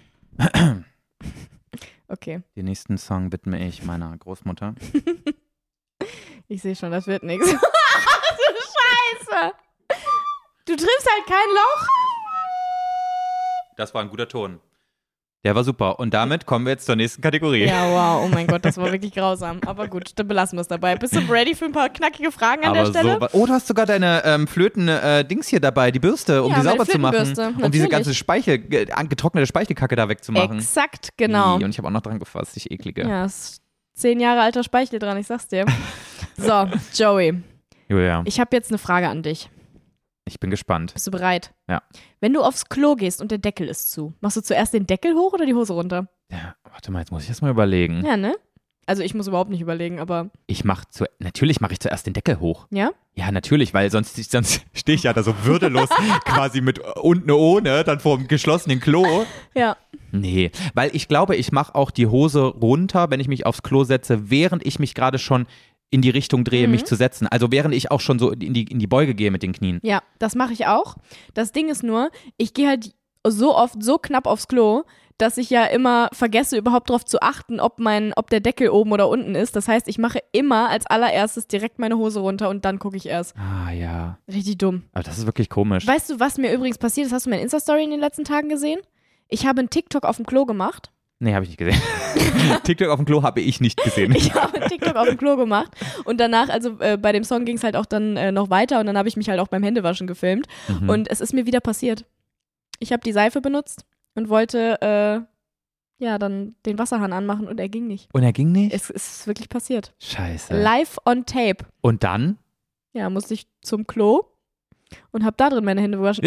Okay, Den nächsten Song widme ich meiner Großmutter. ich sehe schon, das wird nichts. Du Scheiße! Du triffst halt kein Loch. Das war ein guter Ton. Der war super. Und damit kommen wir jetzt zur nächsten Kategorie. Ja, wow, oh mein Gott, das war wirklich grausam. Aber gut, dann belassen wir es dabei. Bist du ready für ein paar knackige Fragen an der Stelle? Oh, du hast sogar deine Flöten-Dings hier dabei, die Bürste, um Ja, die meine sauber zu machen. Flötenbürste, Um diese natürlich. ganze getrocknete Speichelkacke da wegzumachen. Exakt, genau. Und ich habe auch noch dran gefasst, ich eklige. Ja, ist 10 Jahre alter Speichel dran, ich sag's dir. So, Joey, Julia, ich habe jetzt eine Frage an dich. ich bin gespannt. Bist du bereit? Ja. Wenn du aufs Klo gehst und der Deckel ist zu, machst du zuerst den Deckel hoch oder die Hose runter? Ja, warte mal, jetzt muss ich das mal überlegen. Ja, ne? Also ich muss überhaupt nicht überlegen, aber Natürlich mache ich zuerst den Deckel hoch. ja? Ja, natürlich, weil sonst stehe ich ja da so würdelos quasi mit unten ohne, dann vor dem geschlossenen Klo. Ja. Nee, weil ich glaube, ich mache auch die Hose runter, wenn ich mich aufs Klo setze, während ich mich gerade schon in die Richtung drehe, mich zu setzen. Also während ich auch schon so in die Beuge gehe mit den Knien. Ja, das mache ich auch. Das Ding ist nur, ich gehe halt so oft so knapp aufs Klo, dass ich ja immer vergesse, überhaupt darauf zu achten, ob der Deckel oben oder unten ist. Das heißt, ich mache immer als allererstes direkt meine Hose runter und dann gucke ich erst. Ah, ja. Richtig dumm. Aber das ist wirklich komisch. Weißt du, was mir übrigens passiert ist? Hast du meine Insta-Story in den letzten Tagen gesehen? Ich habe einen TikTok auf dem Klo gemacht. Nee, habe ich nicht gesehen. TikTok auf dem Klo habe ich nicht gesehen. Ich habe einen TikTok auf dem Klo gemacht und danach, also bei dem Song ging es halt auch dann noch weiter und dann habe ich mich halt auch beim Händewaschen gefilmt und es ist mir wieder passiert. Ich habe die Seife benutzt und wollte dann den Wasserhahn anmachen und er ging nicht. Und er ging nicht? Es ist wirklich passiert. Scheiße. Live on tape. Und dann? Ja, musste ich zum Klo und habe da drin meine Hände gewaschen.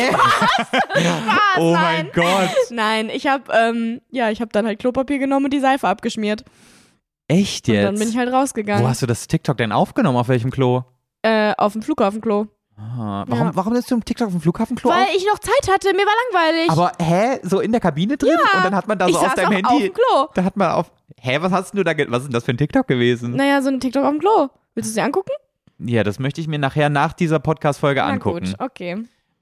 Oh mein Gott. Nein, ich habe dann halt Klopapier genommen und die Seife abgeschmiert. Echt Und jetzt? dann bin ich halt rausgegangen. Wo hast du das TikTok denn aufgenommen? Auf welchem Klo? Auf dem Flughafenklo. Ah, Ja. warum lässt du im TikTok auf dem Flughafenklo Weil auf? ich noch Zeit hatte, mir war langweilig. Aber, so in der Kabine drin? Ja. Und dann hat man da ich so auf saß deinem auch auf Handy. dem Klo. Da hat man was hast du da, was ist denn das für ein TikTok gewesen? Naja, so ein TikTok auf dem Klo. Willst du es dir angucken? Ja, das möchte ich mir nachher nach dieser Podcast-Folge angucken. Na gut, okay.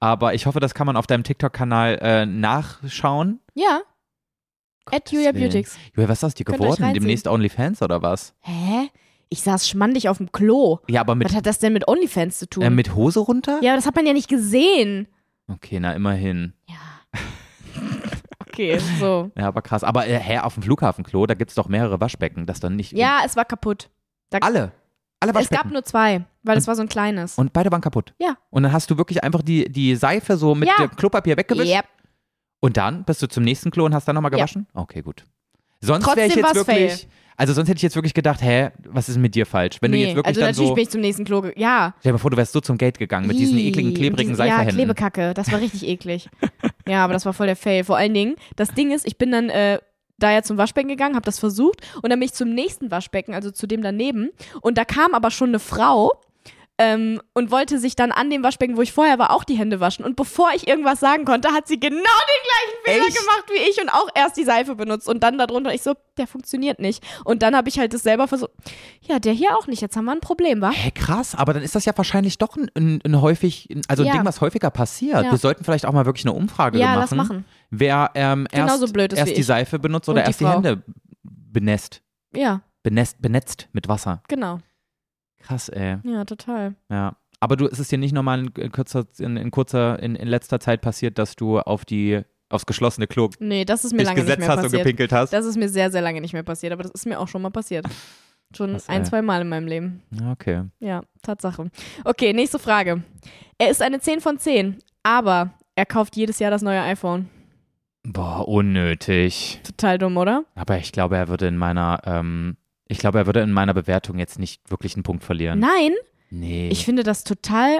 aber ich hoffe, das kann man auf deinem TikTok-Kanal nachschauen. Ja. @Julia Willen. Beautix. Julia, was ist aus dir Könnt ihr euch geworden? reinziehen. Demnächst OnlyFans oder was? Hä? Ich saß schmandig auf dem Klo. Ja, aber Was hat das denn mit OnlyFans zu tun? mit Hose runter? Ja, aber das hat man ja nicht gesehen. Okay, na immerhin. Ja. Okay, so. Ja, aber krass. Aber auf dem Flughafenklo, da gibt es doch mehrere Waschbecken, das dann nicht... Ja, es war kaputt. Alle Es Waschbecken. gab nur 2, weil es war so ein kleines. Und beide waren kaputt. Ja. Und dann hast du wirklich einfach die Seife so mit dem Klopapier weggewischt. Yep. Und dann bist du zum nächsten Klo und hast dann nochmal gewaschen? Ja. Okay, gut. Sonst wäre ich Trotzdem jetzt war's wirklich... fail. Also sonst hätte ich jetzt wirklich gedacht, was ist mit dir falsch? Wenn du jetzt wirklich also dann natürlich so... bin ich zum nächsten Klo. Ja. Stell dir mal vor, du wärst so zum Gate gegangen mit diesen ekligen, klebrigen Seifehänden. Ja, Klebekacke. Das war richtig eklig. Ja, aber das war voll der Fail. Vor allen Dingen, das Ding ist, ich bin dann da ja zum Waschbecken gegangen, habe das versucht und dann bin ich zum nächsten Waschbecken, also zu dem daneben. Und da kam aber schon eine Frau und wollte sich dann an dem Waschbecken, wo ich vorher war, auch die Hände waschen. Und bevor ich irgendwas sagen konnte, hat sie genau den gleichen Fehler gemacht wie ich und auch erst die Seife benutzt und dann darunter. Ich so, der funktioniert nicht. Und dann habe ich halt das selber versucht. Ja, der hier auch nicht. Jetzt haben wir ein Problem, wa? Hä, krass, aber dann ist das ja wahrscheinlich doch ein Ding, was häufiger passiert. Ja. Wir sollten vielleicht auch mal wirklich eine Umfrage machen. Ja, lass machen. Wer Genauso blöd ist erst wie die ich. Seife benutzt oder Und die erst die Frau. Hände benetzt mit Wasser. Genau. Krass, ey. Ja, total. Ja. Aber es ist dir nicht normal in letzter Zeit passiert, dass du aufs geschlossene Klo Nee, das ist mir dich lange nicht gesetzt mehr hast und passiert. gepinkelt hast? Das ist mir sehr, sehr lange nicht mehr passiert, aber das ist mir auch schon mal passiert. Schon Krass, 2 Mal in meinem Leben. Ja, okay. Ja, Tatsache. Okay, nächste Frage. Er ist eine 10 von 10, aber er kauft jedes Jahr das neue iPhone. Boah, unnötig. Total dumm, oder? Aber ich glaube, er würde in meiner Bewertung jetzt nicht wirklich einen Punkt verlieren. Nein, Nee. ich finde das total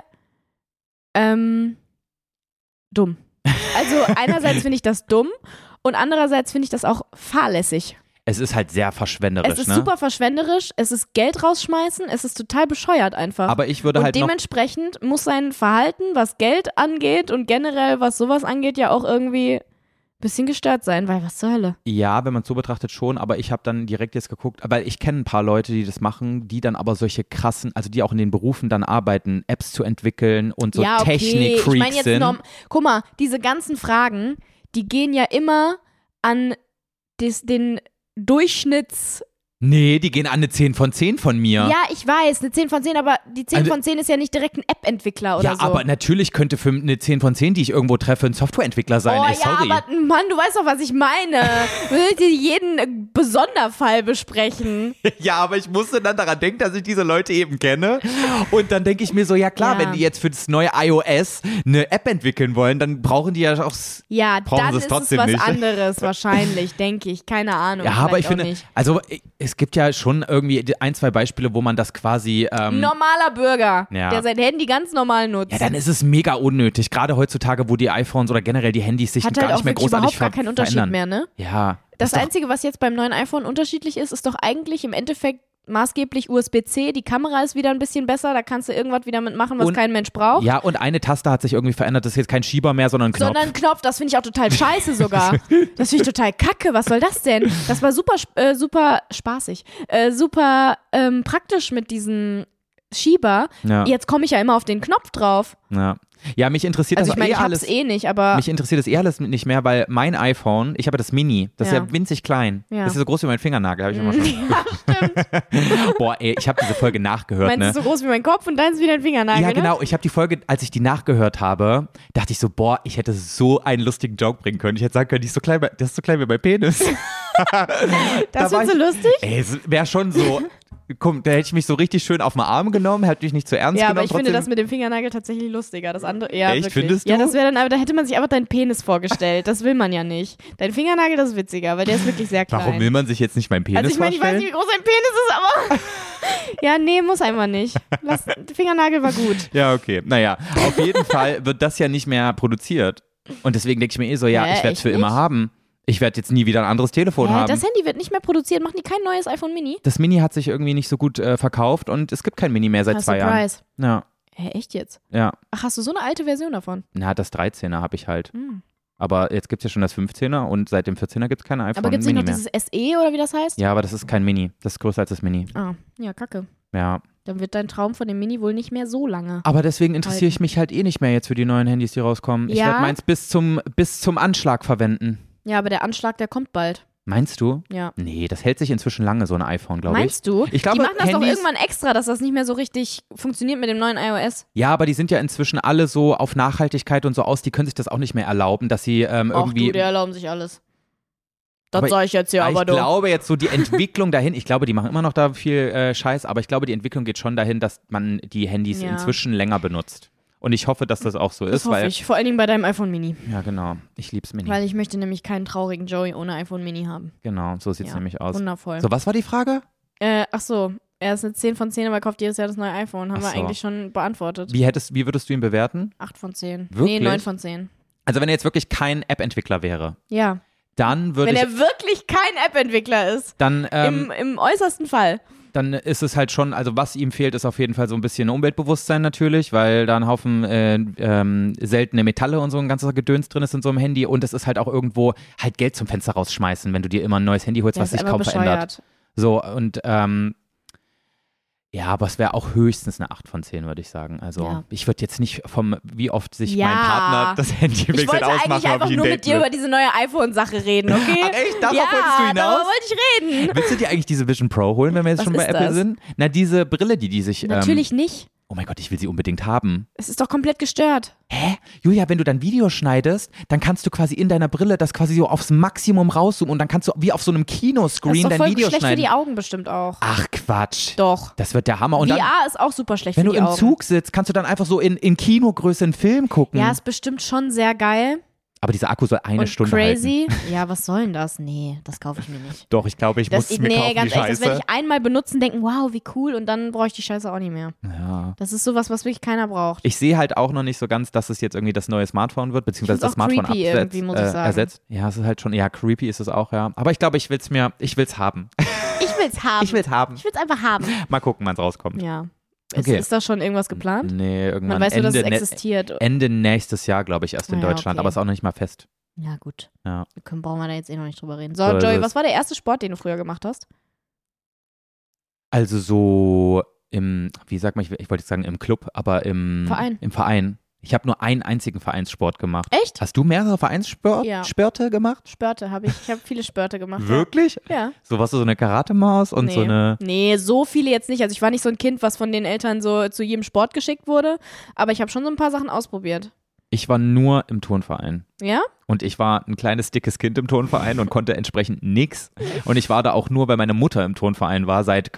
dumm. Also einerseits finde ich das dumm und andererseits finde ich das auch fahrlässig. Es ist halt sehr verschwenderisch, Es ist ne? super verschwenderisch, es ist Geld rausschmeißen, es ist total bescheuert einfach. Aber ich würde und halt noch... dementsprechend muss sein Verhalten, was Geld angeht und generell was sowas angeht, ja auch irgendwie ein bisschen gestört sein, weil was zur Hölle. Ja, wenn man es so betrachtet schon, aber ich habe dann direkt jetzt geguckt, weil ich kenne ein paar Leute, die das machen, die dann aber solche krassen, also die auch in den Berufen dann arbeiten, Apps zu entwickeln und so Ja, okay. Technik-Freaks Ich meine jetzt sind. guck mal, diese ganzen Fragen, die gehen ja immer an den Durchschnitts... Nee, die gehen an eine 10 von 10 von mir. Ja, ich weiß, eine 10 von 10, aber die 10 Also- von 10 ist ja nicht direkt ein App-Entwickler oder Ja, so. aber natürlich könnte für eine 10 von 10, die ich irgendwo treffe, ein Softwareentwickler sein. Oh Ey, sorry. ja, aber Mann, du weißt doch, was ich meine. Wir müssen jeden Besonderfall besprechen. Ja, aber ich musste dann daran denken, dass ich diese Leute eben kenne. Und dann denke ich mir so, ja klar, Ja. wenn die jetzt für das neue iOS eine App entwickeln wollen, dann brauchen die ja auch... Ja, Brauchen dann sie es ist es trotzdem was nicht. anderes wahrscheinlich, denke ich. Keine Ahnung. Ja, aber ich vielleicht auch finde, nicht. also es gibt ja schon irgendwie 1, 2 Beispiele, wo man das quasi... Normaler Bürger, Ja. der sein Handy ganz normal nutzt. ja, dann ist es mega unnötig, gerade heutzutage, wo die iPhones oder generell die Handys sich hat gar halt auch nicht mehr wirklich großartig überhaupt gar keinen Unterschied verändern. mehr, ne? Ja. Das ist doch- Einzige, was jetzt beim neuen iPhone unterschiedlich ist doch eigentlich im Endeffekt maßgeblich USB-C. Die Kamera ist wieder ein bisschen besser, da kannst du irgendwas wieder mitmachen, was Und- kein Mensch braucht. Ja, und eine Taste hat sich irgendwie verändert, das ist jetzt kein Schieber mehr, sondern ein Knopf. Sondern Knopf, das finde ich auch total scheiße sogar. Das finde ich total kacke. Was soll das denn? Das war super spaßig. Super praktisch mit diesem Schieber. Ja. Jetzt komme ich ja immer auf den Knopf drauf. Ja, mich interessiert Also das ich meine, ich alles. hab's nicht, aber Mich interessiert das alles nicht mehr, weil mein iPhone, ich habe das Mini, das ist Ja. ja winzig klein. Ja. Das ist so groß wie mein Fingernagel, habe ich immer schon. ja, stimmt. Boah, ey, ich habe diese Folge nachgehört, Meinst ne? du so groß wie mein Kopf und deins wie dein Fingernagel, Ja, ne? genau. Ich habe die Folge, als ich die nachgehört habe, dachte ich so, boah, ich hätte so einen lustigen Joke bringen können. Ich hätte sagen können, das ist so klein wie mein Penis. Das war findest du lustig? Ey, es wäre schon so, komm, da hätte ich mich so richtig schön auf den Arm genommen, hätte mich nicht zu ernst Ja, genommen. aber ich finde trotzdem- das mit dem Fingernagel tatsächlich lustiger. Das andere, ja, Echt, wirklich. findest Ja, du? das wäre dann, aber da hätte man sich einfach deinen Penis vorgestellt. Das will man ja nicht. Dein Fingernagel, das ist witziger, weil der ist wirklich sehr klein. Warum will man sich jetzt nicht meinen Penis Also ich meine, ich weiß vorstellen? nicht, wie groß dein Penis ist, aber ja, nee, muss einfach nicht. Der Fingernagel war gut. Ja, okay. Naja, auf jeden Fall wird das ja nicht mehr produziert. Und deswegen denke ich mir so, ja, Hä, ich werde es echt für immer nicht? haben. Ich werde jetzt nie wieder ein anderes Telefon haben. Das Handy wird nicht mehr produziert. Machen die kein neues iPhone Mini? Das Mini hat sich irgendwie nicht so gut verkauft und es gibt kein Mini mehr seit 2 Jahren. Surprise. Ja, Hä, echt jetzt? ja. Ach, hast du so eine alte Version davon? Na, das 13er habe ich halt. Hm. Aber jetzt gibt es ja schon das 15er und seit dem 14er gibt es keine iPhone Aber gibt es nicht Mini noch mehr. dieses SE oder wie das heißt? Ja, aber das ist kein Mini. Das ist größer als das Mini. Ah, ja, kacke. Ja. Dann wird dein Traum von dem Mini wohl nicht mehr so lange. Aber deswegen interessiere ich mich halt eh nicht mehr jetzt für die neuen Handys, die rauskommen. Ich Ja. werde meins bis zum Anschlag verwenden. Ja, aber der Anschlag, der kommt bald. Meinst du? Ja. Nee, das hält sich inzwischen lange, so ein iPhone, glaube ich. Meinst du? Ich glaube, die machen das doch Handys- irgendwann extra, dass das nicht mehr so richtig funktioniert mit dem neuen iOS. Ja, aber die sind ja inzwischen alle so auf Nachhaltigkeit und so aus, die können sich das auch nicht mehr erlauben, dass sie Ach irgendwie... du, die erlauben sich alles. Aber Das sag ich jetzt hier, aber ich du. glaube jetzt so die Entwicklung dahin, ich glaube, die machen immer noch da viel Scheiß, aber ich glaube, die Entwicklung geht schon dahin, dass man die Handys Ja. inzwischen länger benutzt. Und ich hoffe, dass das auch so Das ist, hoffe weil... ich. Vor allen Dingen bei deinem iPhone Mini. Ja, genau. Ich lieb's Mini. Weil ich möchte nämlich keinen traurigen Joey ohne iPhone Mini haben. Genau, so sieht's Ja, nämlich aus. Wundervoll. So, was war die Frage? Ach so, er ist eine 10 von 10, aber kauft jedes Jahr das neue iPhone. Haben Ach wir so. eigentlich schon beantwortet. Wie würdest du ihn bewerten? 8 von 10. Wirklich? Nee, 9 von 10. Also wenn er jetzt wirklich kein App-Entwickler wäre, Ja. dann würde Wenn ich... er wirklich kein App-Entwickler ist. Dann, Im äußersten Fall. dann ist es halt schon, also was ihm fehlt, ist auf jeden Fall so ein bisschen Umweltbewusstsein natürlich, weil da ein Haufen seltene Metalle und so ein ganzer Gedöns drin ist in so einem Handy und es ist halt auch irgendwo halt Geld zum Fenster rausschmeißen, wenn du dir immer ein neues Handy holst, Der was ist sich einfach kaum verändert. bescheuert. So, und ja, aber es wäre auch höchstens eine 8 von 10, würde ich sagen. Also Ja. ich würde jetzt nicht wie oft sich Ja. mein Partner das Handy Ich wechselt wollte ausmachen, eigentlich ob einfach ich ihn nur daten mit dir will. über diese neue iPhone-Sache reden, okay? Ach echt? Darauf ja, wolltest du hinaus? darüber wollte ich reden. Willst du dir eigentlich diese Vision Pro holen, wenn wir jetzt Was schon bei ist Apple das? sind? Na, diese Brille, die sich... Natürlich nicht. Oh mein Gott, ich will sie unbedingt haben. Es ist doch komplett gestört. Hä? Julia, wenn du dann Videos schneidest, dann kannst du quasi in deiner Brille das quasi so aufs Maximum rauszoomen und dann kannst du wie auf so einem Das Kinoscreen ist doch dein voll Video schlecht für schneiden. die Augen bestimmt auch. Ach Quatsch. Doch. Das wird der Hammer. Und dann, VR ist auch super schlecht wenn für du die im Augen. Zug sitzt, kannst du dann einfach so in Kinogröße einen Film gucken. Ja, ist bestimmt schon sehr geil. Aber dieser Akku soll eine und Stunde halten. crazy. Ja, was soll denn das? Nee, das kaufe ich mir nicht. Doch, ich glaube, ich muss es mir kaufen, ganz die ehrlich, das werde Scheiße. ich einmal benutzen, denken, wow, wie cool, und dann brauche ich die Scheiße auch nicht mehr. Ja. Das ist sowas, was wirklich keiner braucht. Ich sehe halt auch noch nicht so ganz, dass es jetzt irgendwie das neue Smartphone wird, beziehungsweise Ich find's das Smartphone auch creepy irgendwie, muss ich sagen. ersetzt. Ja, es ist halt schon, ja, creepy ist es auch, ja. Aber ich glaube, ich will's haben. Ich will's haben. Ich will's haben. Ich will's einfach haben. Mal gucken, wann es rauskommt. Ja. Okay. Ist da schon irgendwas geplant? Nee, irgendwann Man weiß nur, dass es Ende, existiert. Ende nächstes Jahr, glaube ich, erst in Ja, Deutschland, okay. aber ist auch noch nicht mal fest. Ja, gut. Ja. Brauchen wir da jetzt noch nicht drüber reden. So, So ist Joey, es. was war der erste Sport, den du früher gemacht hast? Also so wie sagt man, ich wollte jetzt sagen im Club, aber im Verein. Im Verein. Ich habe nur einen einzigen Vereinssport gemacht. Echt? Hast du mehrere Vereinsspörte Ja. gemacht? Spörte habe ich. Ich habe viele Spörte gemacht. Wirklich? Ja. So warst du so eine Karate-Maus und nee. so eine... Nee, so viele jetzt nicht. Also ich war nicht so ein Kind, was von den Eltern so zu jedem Sport geschickt wurde. Aber ich habe schon so ein paar Sachen ausprobiert. Ich war nur im Turnverein. Ja? Und ich war ein kleines, dickes Kind im Turnverein und konnte entsprechend nix. Und ich war da auch nur, weil meine Mutter im Turnverein war, seit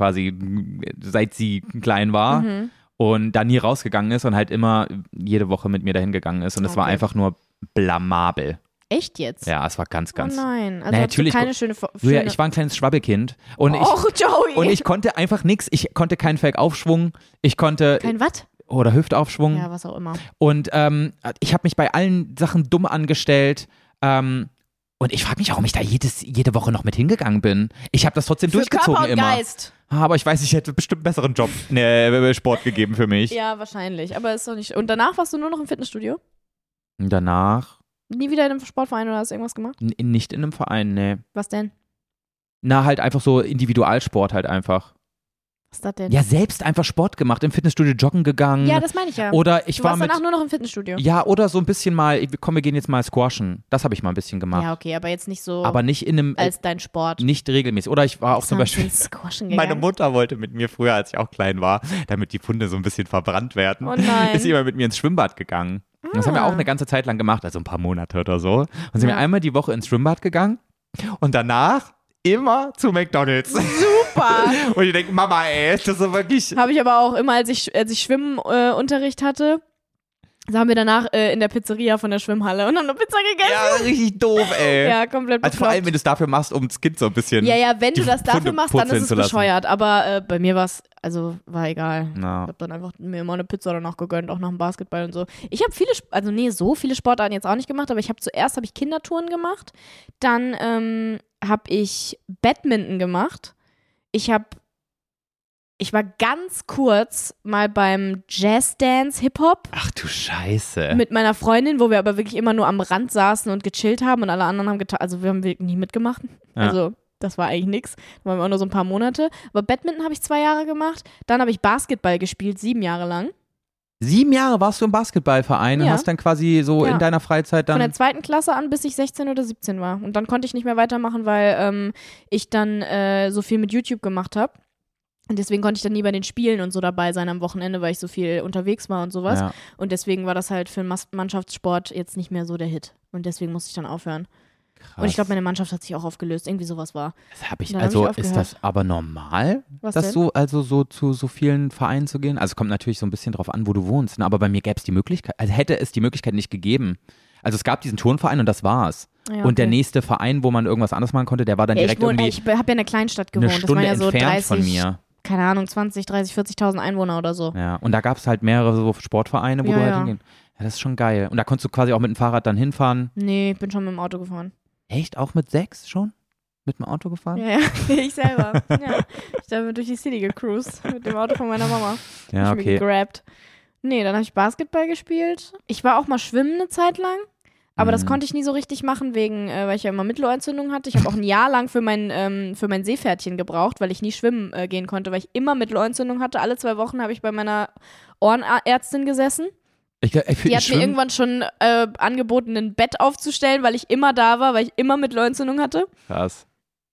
sie klein war. Mhm. Und da nie rausgegangen ist und halt immer jede Woche mit mir dahin gegangen ist. Und es war Okay. einfach nur blamabel. Echt jetzt? Ja, es war ganz. Oh nein. Also Naja, hattest du natürlich- keine schöne... Julia, ich war ein kleines Schwabbelkind. Und Och, Joey. und ich konnte einfach nichts. Ich konnte keinen Felgaufschwung. Ich konnte... Kein was? Oder Hüftaufschwung. Ja, was auch immer. Und ich habe mich bei allen Sachen dumm angestellt. Und ich frage mich, warum ich da jede Woche noch mit hingegangen bin. Ich habe das trotzdem Für durchgezogen Körper und immer. Geist. Aber ich weiß, ich hätte bestimmt einen besseren Job, Sport gegeben für mich. Ja, wahrscheinlich. Aber ist doch nicht... Und danach warst du nur noch im Fitnessstudio? Und danach Nie wieder in einem Sportverein oder hast du irgendwas gemacht? nicht in einem Verein, ne. Was denn? Na, halt einfach so Individualsport halt einfach. Was ist das denn? Ja, selbst einfach Sport gemacht, im Fitnessstudio joggen gegangen. Ja, das meine ich ja. Oder ich Du war warst mit... danach nur noch im Fitnessstudio. Ja, oder so ein bisschen mal, komm, wir gehen jetzt mal squashen. Das habe ich mal ein bisschen gemacht. Ja, okay, aber jetzt nicht so Aber nicht in einem... als dein Sport. nicht regelmäßig. Oder ich war auch zum Beispiel... Squashen Meine gegangen. Mutter wollte mit mir früher, als ich auch klein war, damit die Funde so ein bisschen verbrannt werden, Oh nein. ist sie immer mit mir ins Schwimmbad gegangen. Und das haben wir auch eine ganze Zeit lang gemacht, also ein paar Monate oder so. Und sind wir Ja. einmal die Woche ins Schwimmbad gegangen und danach immer zu McDonald's. Super. Und ich denke, Mama, ey, das ist wirklich... Habe ich aber auch immer, als ich Schwimmunterricht hatte, da haben wir danach in der Pizzeria von der Schwimmhalle und haben eine Pizza gegessen. Ja, richtig doof, ey. Ja, komplett Also vor allem, wenn du es dafür machst, um das Kind so ein bisschen... Ja, wenn du die das dafür Funde machst, dann putzeln ist es zu lassen. bescheuert. Aber bei mir war es, also war egal. Na. Ich habe dann einfach mir immer eine Pizza danach gegönnt, auch nach dem Basketball und so. Ich habe so viele Sportarten jetzt auch nicht gemacht, aber zuerst habe ich Kindertouren gemacht, dann habe ich Badminton gemacht. Ich war ganz kurz mal beim Jazzdance Hip-Hop Ach du Scheiße. mit meiner Freundin, wo wir aber wirklich immer nur am Rand saßen und gechillt haben und alle anderen haben getan, also wir haben wirklich nie mitgemacht. Ja. Also Das war eigentlich nix. Da waren wir auch nur so ein paar Monate. Aber Badminton habe ich 2 Jahre gemacht. Dann habe ich Basketball gespielt, 7 Jahre lang. 7 Jahre warst du im Basketballverein und Ja. hast dann quasi so in deiner Freizeit dann... Von der 2. Klasse an, bis ich 16 oder 17 war. Und dann konnte ich nicht mehr weitermachen, weil ich dann so viel mit YouTube gemacht habe. Und deswegen konnte ich dann nie bei den Spielen und so dabei sein am Wochenende, weil ich so viel unterwegs war und sowas. Ja. Und deswegen war das halt für einen Mannschaftssport jetzt nicht mehr so der Hit. Und deswegen musste ich dann aufhören. Krass. Und ich glaube, meine Mannschaft hat sich auch aufgelöst. Irgendwie sowas war. Das hab ich, Dann hab also ich ist aufgehört. das aber normal, Was das denn? so, also so zu so vielen Vereinen zu gehen? Also kommt natürlich so ein bisschen drauf an, wo du wohnst, ne? Aber bei mir gäbe es die Möglichkeit, also hätte es die Möglichkeit nicht gegeben. Also es gab diesen Turnverein und das war's. Ja, Und der okay. nächste Verein, wo man irgendwas anderes machen konnte, der war dann direkt ich irgendwie habe ja in einer Kleinstadt eine gewohnt. Das waren Stunde ja so entfernt 30, von mir. keine Ahnung, 20, 30, 40.000 Einwohner oder so. Ja, und da gab es halt mehrere so Sportvereine, wo Ja, du halt ja. hingehen. Ja, das ist schon geil. Und da konntest du quasi auch mit dem Fahrrad dann hinfahren. Nee, ich bin schon mit dem Auto gefahren. Echt? Auch mit 6 schon? Mit dem Auto gefahren? Ja, ich selber. Ja. Ich bin durch die City gecruised mit dem Auto von meiner Mama. Ja, Hab ich mir okay. gegrabt. Nee, dann habe ich Basketball gespielt. Ich war auch mal schwimmen eine Zeit lang. Aber das konnte ich nie so richtig machen, weil ich ja immer Mittelohrentzündung hatte. Ich habe auch ein Jahr lang für mein Seepferdchen gebraucht, weil ich nie schwimmen gehen konnte, weil ich immer Mittelohrentzündung hatte. Alle 2 Wochen habe ich bei meiner Ohrenärztin gesessen. Die Die hat mir irgendwann schon angeboten, ein Bett aufzustellen, weil ich immer da war, weil ich immer Mittelohrentzündung hatte. Krass.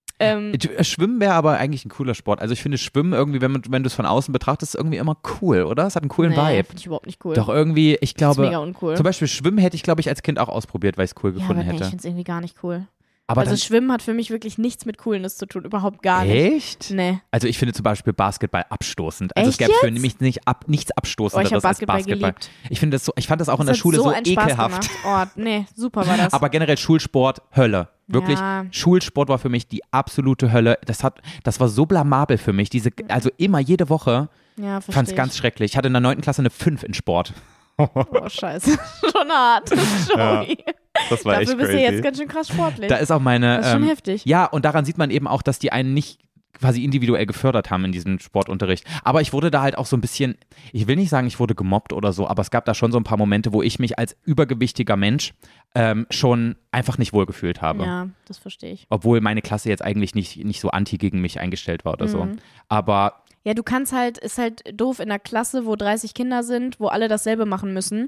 Schwimmen wäre aber eigentlich ein cooler Sport. Also ich finde Schwimmen irgendwie, wenn du es von außen betrachtest, ist irgendwie immer cool, oder? Es hat einen coolen Nee, Vibe. finde ich überhaupt nicht cool. Doch irgendwie, ich Das ist glaube, mega uncool. zum Beispiel Schwimmen hätte ich, glaube ich, als Kind auch ausprobiert, weil ich es cool Ja, gefunden aber nee, ich hätte. finde es irgendwie gar nicht cool. Aber Also dann, Schwimmen hat für mich wirklich nichts mit Coolness zu tun, überhaupt gar nicht. echt? Nee. Also ich finde zum Beispiel Basketball abstoßend. Also Echt es gäbe für jetzt? mich nichts Oh, Abstoßenderes ich habe als Basketball Basketball. geliebt. Ich fand das auch in der Das hat Schule so einen Spaß ekelhaft. gemacht. Oh, nee, super war das. Aber generell Schulsport, Hölle. Wirklich, Ja. Schulsport war für mich die absolute Hölle. Das war so blamabel für mich. Also immer, jede Woche, ja, fand es verstehe ganz schrecklich. Ich hatte in der 9. Klasse eine 5 in Sport. Oh, scheiße. Schon hart. Joey. Das war Dafür bist du jetzt ganz schön krass sportlich. Da ist auch meine. Das ist schon heftig. Ja, und daran sieht man eben auch, dass die einen nicht quasi individuell gefördert haben in diesem Sportunterricht. Aber ich wurde da halt auch so ein bisschen, ich will nicht sagen, ich wurde gemobbt oder so, aber es gab da schon so ein paar Momente, wo ich mich als übergewichtiger Mensch schon einfach nicht wohlgefühlt habe. Ja, das verstehe ich. Obwohl meine Klasse jetzt eigentlich nicht so anti gegen mich eingestellt war oder so. Mhm. Aber Ja, du kannst halt, ist halt doof in einer Klasse, wo 30 Kinder sind, wo alle dasselbe machen müssen,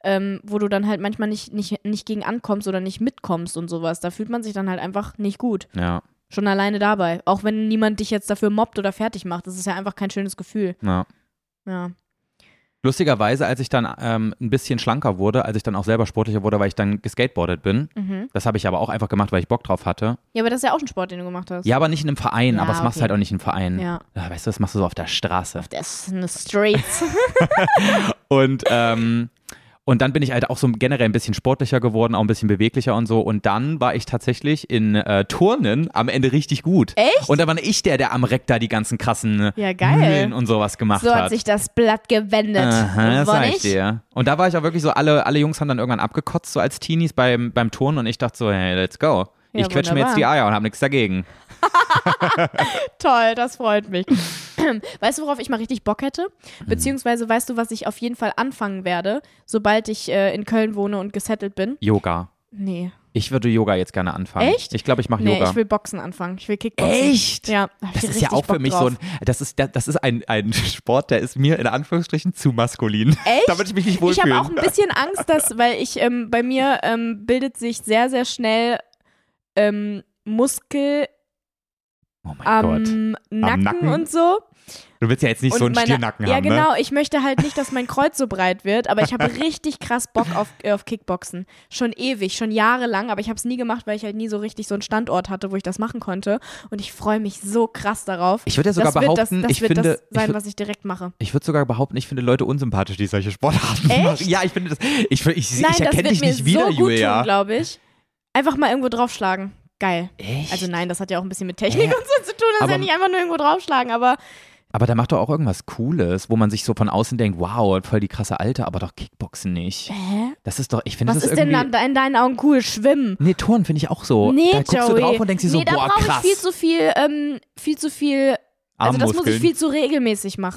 wo du dann halt manchmal nicht gegen ankommst oder nicht mitkommst und sowas. Da fühlt man sich dann halt einfach nicht gut. ja, Schon alleine dabei. Auch wenn niemand dich jetzt dafür mobbt oder fertig macht. Das ist ja einfach kein schönes Gefühl. ja. Ja. Lustigerweise, als ich dann ein bisschen schlanker wurde, als ich dann auch selber sportlicher wurde, weil ich dann geskateboardet bin, das habe ich aber auch einfach gemacht, weil ich Bock drauf hatte. Ja, aber das ist ja auch ein Sport, den du gemacht hast. Ja, aber nicht in einem Verein, Ja, aber das machst du okay. halt auch nicht im Verein. Ja. Weißt du, das machst du so auf der Straße. Das ist eine Streets. Und dann bin ich halt auch so generell ein bisschen sportlicher geworden, auch ein bisschen beweglicher und so. Und dann war ich tatsächlich in Turnen am Ende richtig gut. Echt? Und da war ich der am Reck da die ganzen krassen Ja, geil. Mühlen und sowas gemacht So hat. hat sich das Blatt gewendet. Aha, das War sag ich nicht? dir. Und da war ich auch wirklich so, alle Jungs haben dann irgendwann abgekotzt, so als Teenies beim Turnen. Und ich dachte so, hey, let's go. Ja, Ich quetsche mir jetzt wunderbar. die Eier und habe nichts dagegen. Toll, das freut mich. Weißt du, worauf ich mal richtig Bock hätte? Beziehungsweise weißt du, was ich auf jeden Fall anfangen werde, sobald ich in Köln wohne und gesettelt bin? Yoga. Nee. Ich würde Yoga jetzt gerne anfangen. Echt? Ich glaube, ich mache Nee, Yoga. ich will Boxen anfangen. Ich will Kickboxen. Echt? Ja. Da hab ich Das ist ja richtig auch für Bock mich drauf. so das ist ein Sport, der ist mir in Anführungsstrichen zu maskulin. Echt? Da würde ich mich nicht Ich wohlfühlen. habe auch ein bisschen Angst, weil ich bei mir bildet sich sehr, sehr schnell Muskel Oh mein am Gott. Nacken, Nacken? und so. Du willst ja jetzt nicht so einen Stiernacken ja, haben, genau. ne? Ich möchte halt nicht, dass mein Kreuz so breit wird, aber ich habe richtig krass Bock auf Kickboxen. Schon ewig, schon jahrelang, aber ich habe es nie gemacht, weil ich halt nie so richtig so einen Standort hatte, wo ich das machen konnte. Und ich freue mich so krass darauf. Ich würde ja sogar das wird behaupten, das ich wird finde, das sein, was ich direkt mache. ich würde sogar behaupten, ich finde Leute unsympathisch, die solche Sportarten Echt? machen. Ja, ich finde das, ich Nein, das erkenne wird dich mir nicht wieder, so gut Julia. tun, glaube ich. Einfach mal irgendwo draufschlagen. Geil. Echt? Also nein, das hat ja auch ein bisschen mit Technik und so zu tun. Das ist Aber- ja nicht einfach nur irgendwo draufschlagen, aber Aber da macht doch auch irgendwas Cooles, wo man sich so von außen denkt, wow, voll die krasse Alte, aber doch Kickboxen nicht. hä? Das ist doch, ich finde, Was das ist denn irgendwie... dann in deinen Augen cool? Schwimmen? Nee, Turnen finde ich auch so. Nee, da guckst Joey. du drauf und denkst dir so, nee, da boah, brauche krass. ich viel zu viel, also das muss ich Armmuskeln. viel zu regelmäßig machen.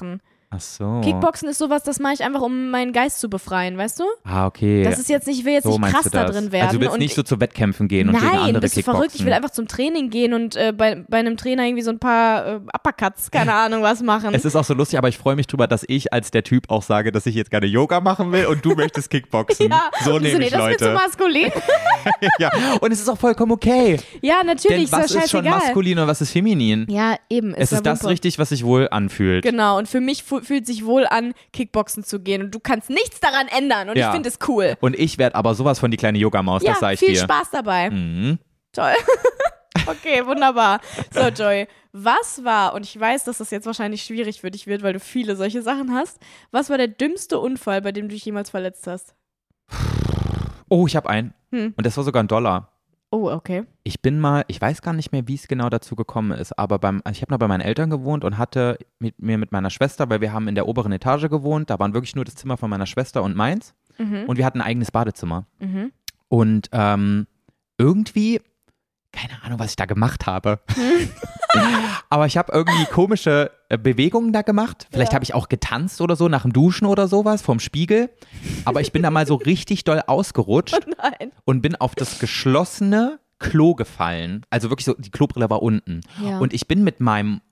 Ach so. Kickboxen ist sowas, das mache ich einfach, um meinen Geist zu befreien, weißt du? Ah, okay. Das ist jetzt nicht, ich will jetzt so nicht krass du da das? drin werden. Also du willst und nicht so zu Wettkämpfen gehen und gegen nein, andere bist du Kickboxen. verrückt? Ich will einfach zum Training gehen und bei einem Trainer irgendwie so ein paar Uppercuts, keine Ahnung, was machen. Es ist auch so lustig, aber ich freue mich drüber, dass ich als der Typ auch sage, dass ich jetzt gerne Yoga machen will und du möchtest Kickboxen. ja. So Und nehme ich das ist mir zu Leute. maskulin. Ja. Und es ist auch vollkommen okay. Ja, natürlich, Denn was ist das ist schon scheißegal. maskulin und was ist feminin? Ja, eben. Es ist das richtig, was sich wohl anfühlt. Genau, und für mich fühlt sich wohl an, Kickboxen zu gehen. Und du kannst nichts daran ändern. Und Ja. ich finde es cool. Und ich werde aber sowas von die kleine Yogamaus, Ja, das sage ich viel dir. Spaß dabei. Mhm. Toll. Okay, wunderbar. So, Joy, was war, und ich weiß, dass das jetzt wahrscheinlich schwierig für dich wird, weil du viele solche Sachen hast, was war der dümmste Unfall, bei dem du dich jemals verletzt hast? Oh, ich habe einen. Hm. Und das war sogar $1. Oh, okay. Ich weiß gar nicht mehr, wie es genau dazu gekommen ist, aber ich habe noch bei meinen Eltern gewohnt und hatte mit meiner Schwester, weil wir haben in der oberen Etage gewohnt, da waren wirklich nur das Zimmer von meiner Schwester und meins und wir hatten ein eigenes Badezimmer. Mhm. Und irgendwie, keine Ahnung, was ich da gemacht habe, aber ich habe irgendwie komische Bewegungen da gemacht. Vielleicht habe ich auch getanzt oder so, nach dem Duschen oder sowas, vorm Spiegel. Aber ich bin da mal so richtig doll ausgerutscht Nein. und bin auf das geschlossene Klo gefallen. Also wirklich so, die Klobrille war unten. Ja. Und ich bin mit meinem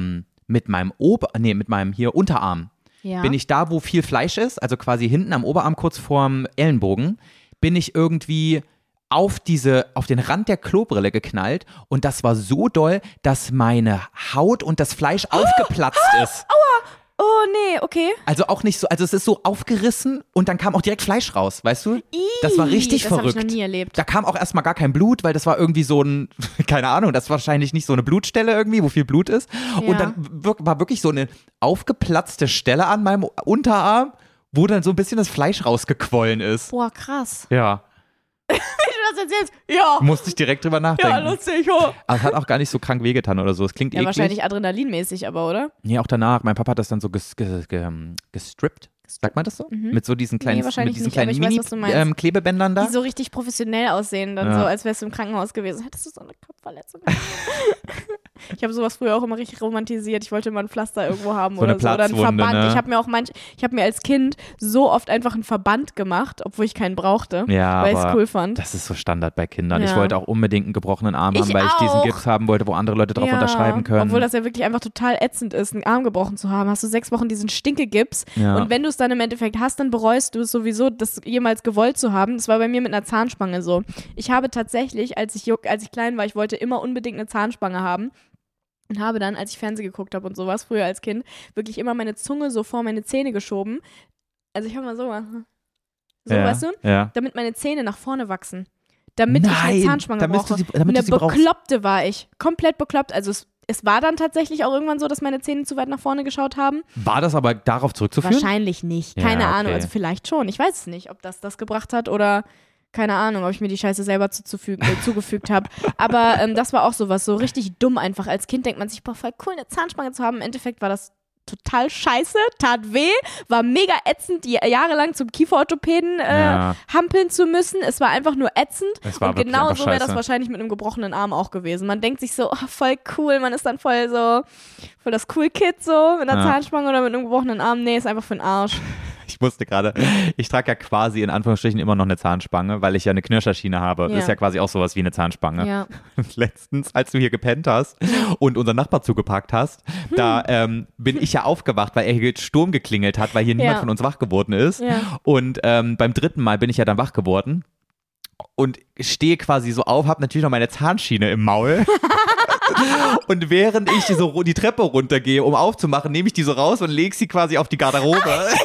hier Unterarm, Ja. bin ich da, wo viel Fleisch ist, also quasi hinten am Oberarm kurz vorm Ellenbogen, bin ich irgendwie auf den Rand der Klobrille geknallt und das war so doll, dass meine Haut und das Fleisch aufgeplatzt ist. Oh, nee, okay. Also auch nicht so, also es ist so aufgerissen und dann kam auch direkt Fleisch raus, weißt du? Das war richtig das hab verrückt. ich noch nie erlebt. Da kam auch erstmal gar kein Blut, weil das war irgendwie so ein, keine Ahnung, das war wahrscheinlich nicht so eine Blutstelle irgendwie, wo viel Blut ist. Ja. Und dann war wirklich so eine aufgeplatzte Stelle an meinem Unterarm, wo dann so ein bisschen das Fleisch rausgequollen ist. Boah, krass. Ja, Wie du das erzählst. Ja. musste ich direkt drüber nachdenken. Ja, lustig. Oh. Aber es hat auch gar nicht so krank wehgetan oder so. Es klingt Ja, eklig. wahrscheinlich adrenalinmäßig, aber, oder? Nee, auch danach. Mein Papa hat das dann so gestrippt. Sagt man das so? Mit so diesen kleinen, wahrscheinlich mit diesen nicht, aber kleinen ich weiß, was du meinst. Klebebändern da. Die so richtig professionell aussehen, dann Ja. so, als wärst du im Krankenhaus gewesen. Hättest du so eine Kopfverletzung? Ich habe sowas früher auch immer richtig romantisiert. Ich wollte immer ein Pflaster irgendwo haben So eine oder so. Oder einen Platzwunde, Verband. ne? Ich habe mir als Kind so oft einfach einen Verband gemacht, obwohl ich keinen brauchte, Ja, weil ich es aber cool fand. das ist so Standard bei Kindern. Ich Ja. wollte auch unbedingt einen gebrochenen Arm haben, Ich weil ich diesen auch. Gips haben wollte, wo andere Leute drauf Ja, unterschreiben können. Obwohl das ja wirklich einfach total ätzend ist, einen Arm gebrochen zu haben. Hast du 6 Wochen diesen Stinkegips Ja. und wenn du es dann im Endeffekt hast, dann bereust du es sowieso, das jemals gewollt zu haben. Das war bei mir mit einer Zahnspange so. Ich habe tatsächlich, als ich klein war, ich wollte immer unbedingt eine Zahnspange haben. Und habe dann, als ich Fernsehen geguckt habe und sowas, früher als Kind, wirklich immer meine Zunge so vor meine Zähne geschoben. Also ich habe mal so gemacht. So, ja. weißt du? Ja. Damit meine Zähne nach vorne wachsen. Damit ich eine Nein, Zahnspange damit brauche. du damit du Eine sie brauchst. Bekloppte war ich. Komplett bekloppt. Also es war dann tatsächlich auch irgendwann so, dass meine Zähne zu weit nach vorne geschaut haben. War das aber darauf zurückzuführen? Wahrscheinlich nicht. Ja, Keine okay. Ahnung. Also vielleicht schon. Ich weiß es nicht, ob das gebracht hat oder keine Ahnung, ob ich mir die Scheiße selber zugefügt habe. Aber das war auch sowas, so richtig dumm einfach. Als Kind denkt man sich, boah, voll cool, eine Zahnspange zu haben. Im Endeffekt war das total scheiße, tat weh, war mega ätzend, die jahrelang zum Kieferorthopäden hampeln zu müssen. Es war einfach nur ätzend. Es war Und wirklich genau einfach so wäre das scheiße. wahrscheinlich mit einem gebrochenen Arm auch gewesen. Man denkt sich so, oh, voll cool, man ist dann voll das Cool Kid so, mit einer Ja. Zahnspange oder mit einem gebrochenen Arm. Nee, ist einfach für den Arsch. Ich musste gerade, ich trage ja quasi in Anführungsstrichen immer noch eine Zahnspange, weil ich ja eine Knirscherschiene habe. Ja. Das ist ja quasi auch sowas wie eine Zahnspange. Ja. Letztens, als du hier gepennt hast und unseren Nachbar zugepackt hast, da bin ich ja aufgewacht, weil er hier Sturm geklingelt hat, weil hier niemand Ja. von uns wach geworden ist. Ja. Und beim 3. Mal bin ich ja dann wach geworden und stehe quasi so auf, habe natürlich noch meine Zahnschiene im Maul. Und während ich so die Treppe runtergehe, um aufzumachen, nehme ich die so raus und lege sie quasi auf die Garderobe.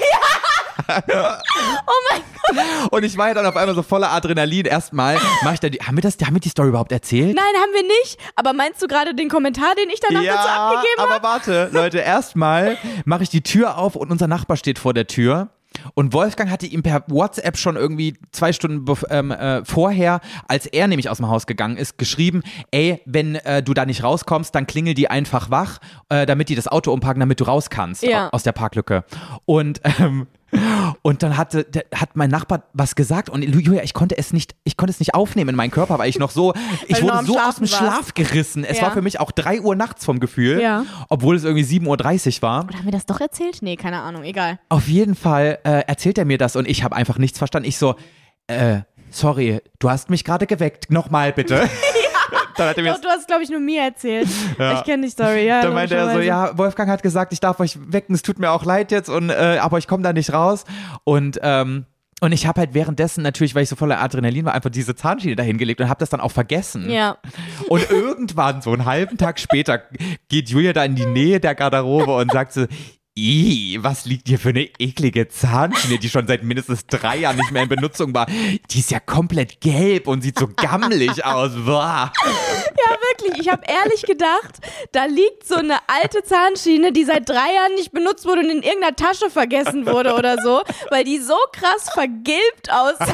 Oh mein Gott. Und ich war ja dann auf einmal so voller Adrenalin. Erstmal mache ich da haben wir die Story überhaupt erzählt? Nein, haben wir nicht. Aber meinst du gerade den Kommentar, den ich danach dazu abgegeben habe? aber warte, Leute, erstmal mache ich die Tür auf und unser Nachbar steht vor der Tür. Und Wolfgang hatte ihm per WhatsApp schon irgendwie 2 Stunden vorher, als er nämlich aus dem Haus gegangen ist, geschrieben, ey, wenn du da nicht rauskommst, dann klingel die einfach wach, damit die das Auto umparken, damit du raus kannst Ja. aus der Parklücke. Und Und dann hat mein Nachbar was gesagt und Julia, ich konnte es nicht aufnehmen in meinen Körper, weil ich noch so, ich wurde so aus dem Schlaf gerissen. Es war für mich auch 3 Uhr nachts vom Gefühl, obwohl es irgendwie 7:30 Uhr war. Oder haben wir das doch erzählt? Nee, keine Ahnung, egal. Auf jeden Fall erzählt er mir das und ich habe einfach nichts verstanden. Ich so, sorry, du hast mich gerade geweckt, nochmal bitte. Dann hat er mir du hast, glaube ich, nur mir erzählt. Ich kenne die Story, ja. Dann meinte er so, ja, Wolfgang hat gesagt, ich darf euch wecken, es tut mir auch leid jetzt, aber ich komme da nicht raus. Und ich habe halt währenddessen natürlich, weil ich so voller Adrenalin war, einfach diese Zahnschiene dahin gelegt und habe das dann auch vergessen. Ja. Und irgendwann, so einen halben Tag später, geht Julia da in die Nähe der Garderobe und sagt so, was liegt hier für eine eklige Zahnschiene, die schon seit mindestens 3 Jahren nicht mehr in Benutzung war. Die ist ja komplett gelb und sieht so gammelig aus. Boah. Ja, wirklich. Ich habe ehrlich gedacht, da liegt so eine alte Zahnschiene, die seit 3 Jahren nicht benutzt wurde und in irgendeiner Tasche vergessen wurde oder so, weil die so krass vergilbt aussah.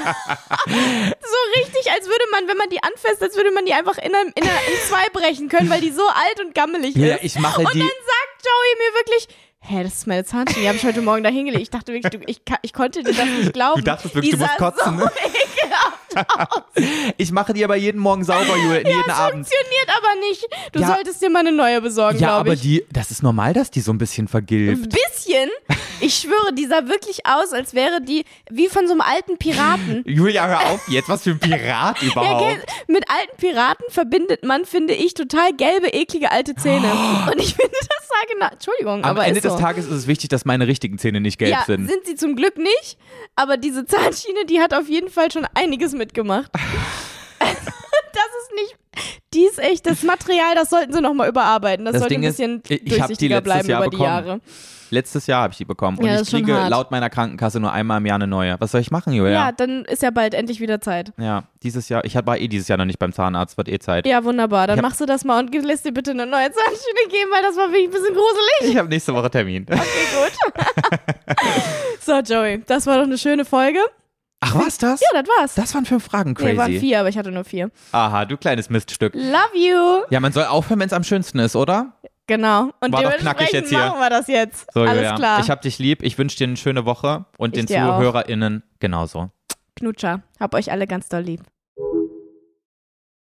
So richtig, als würde man, wenn man die anfasst, als würde man die einfach in 2 brechen können, weil die so alt und gammelig ist. Ja, ich mache und dann sagt Joey mir wirklich, das ist meine Zahnschiene, die habe ich heute Morgen da hingelegt. Ich dachte wirklich, ich konnte dir das nicht glauben. Du dachtest wirklich, du musst kotzen, so ne? ekelhaft aus. Ich mache die aber jeden Morgen sauber, Julia, jeden Abend. Funktioniert aber nicht. Du solltest dir mal eine neue besorgen, glaube ich. Ja, aber das ist normal, dass die so ein bisschen vergilbt. Ein bisschen? Ich schwöre, die sah wirklich aus, als wäre die wie von so einem alten Piraten. Julia, hör auf jetzt, was für ein Pirat überhaupt. Ja, mit alten Piraten verbindet man, finde ich, total gelbe, eklige alte Zähne. Und ich finde, das sah genau, Entschuldigung, Am aber Ende ist so. des Tages ist es wichtig, dass meine richtigen Zähne nicht gelb sind. Ja, sind sie zum Glück nicht, aber diese Zahnschiene, die hat auf jeden Fall schon einiges mitgemacht. Das ist nicht, die ist echt, das Material, das sollten sie nochmal überarbeiten. Das sollte ein bisschen durchsichtiger bleiben über die Jahre. Letztes Jahr habe ich die bekommen und Ja, ich kriege laut meiner Krankenkasse nur einmal im Jahr eine neue. Was soll ich machen, Julia? Ja, dann ist ja bald endlich wieder Zeit. Ja, dieses Jahr, ich war dieses Jahr noch nicht beim Zahnarzt, wird Zeit. Ja, wunderbar, dann machst du das mal und lässt dir bitte eine neue Zahnschiene geben, weil das war wirklich ein bisschen gruselig. Ich habe nächste Woche Termin. Okay, gut. So, Joey, das war doch eine schöne Folge. Ach, war's das? Ja, das war's. Das waren 5 Fragen, crazy. Nee, waren 4, aber ich hatte nur 4. Aha, du kleines Miststück. Love you. Ja, man soll aufhören, wenn es am schönsten ist, oder? Genau. Und war doch knackig dementsprechend jetzt hier. machen wir das jetzt. So, Alles Julia, klar. ich hab dich lieb. Ich wünsche dir eine schöne Woche und Ich den dir auch. ZuhörerInnen genauso. Knutscher. Hab euch alle ganz doll lieb.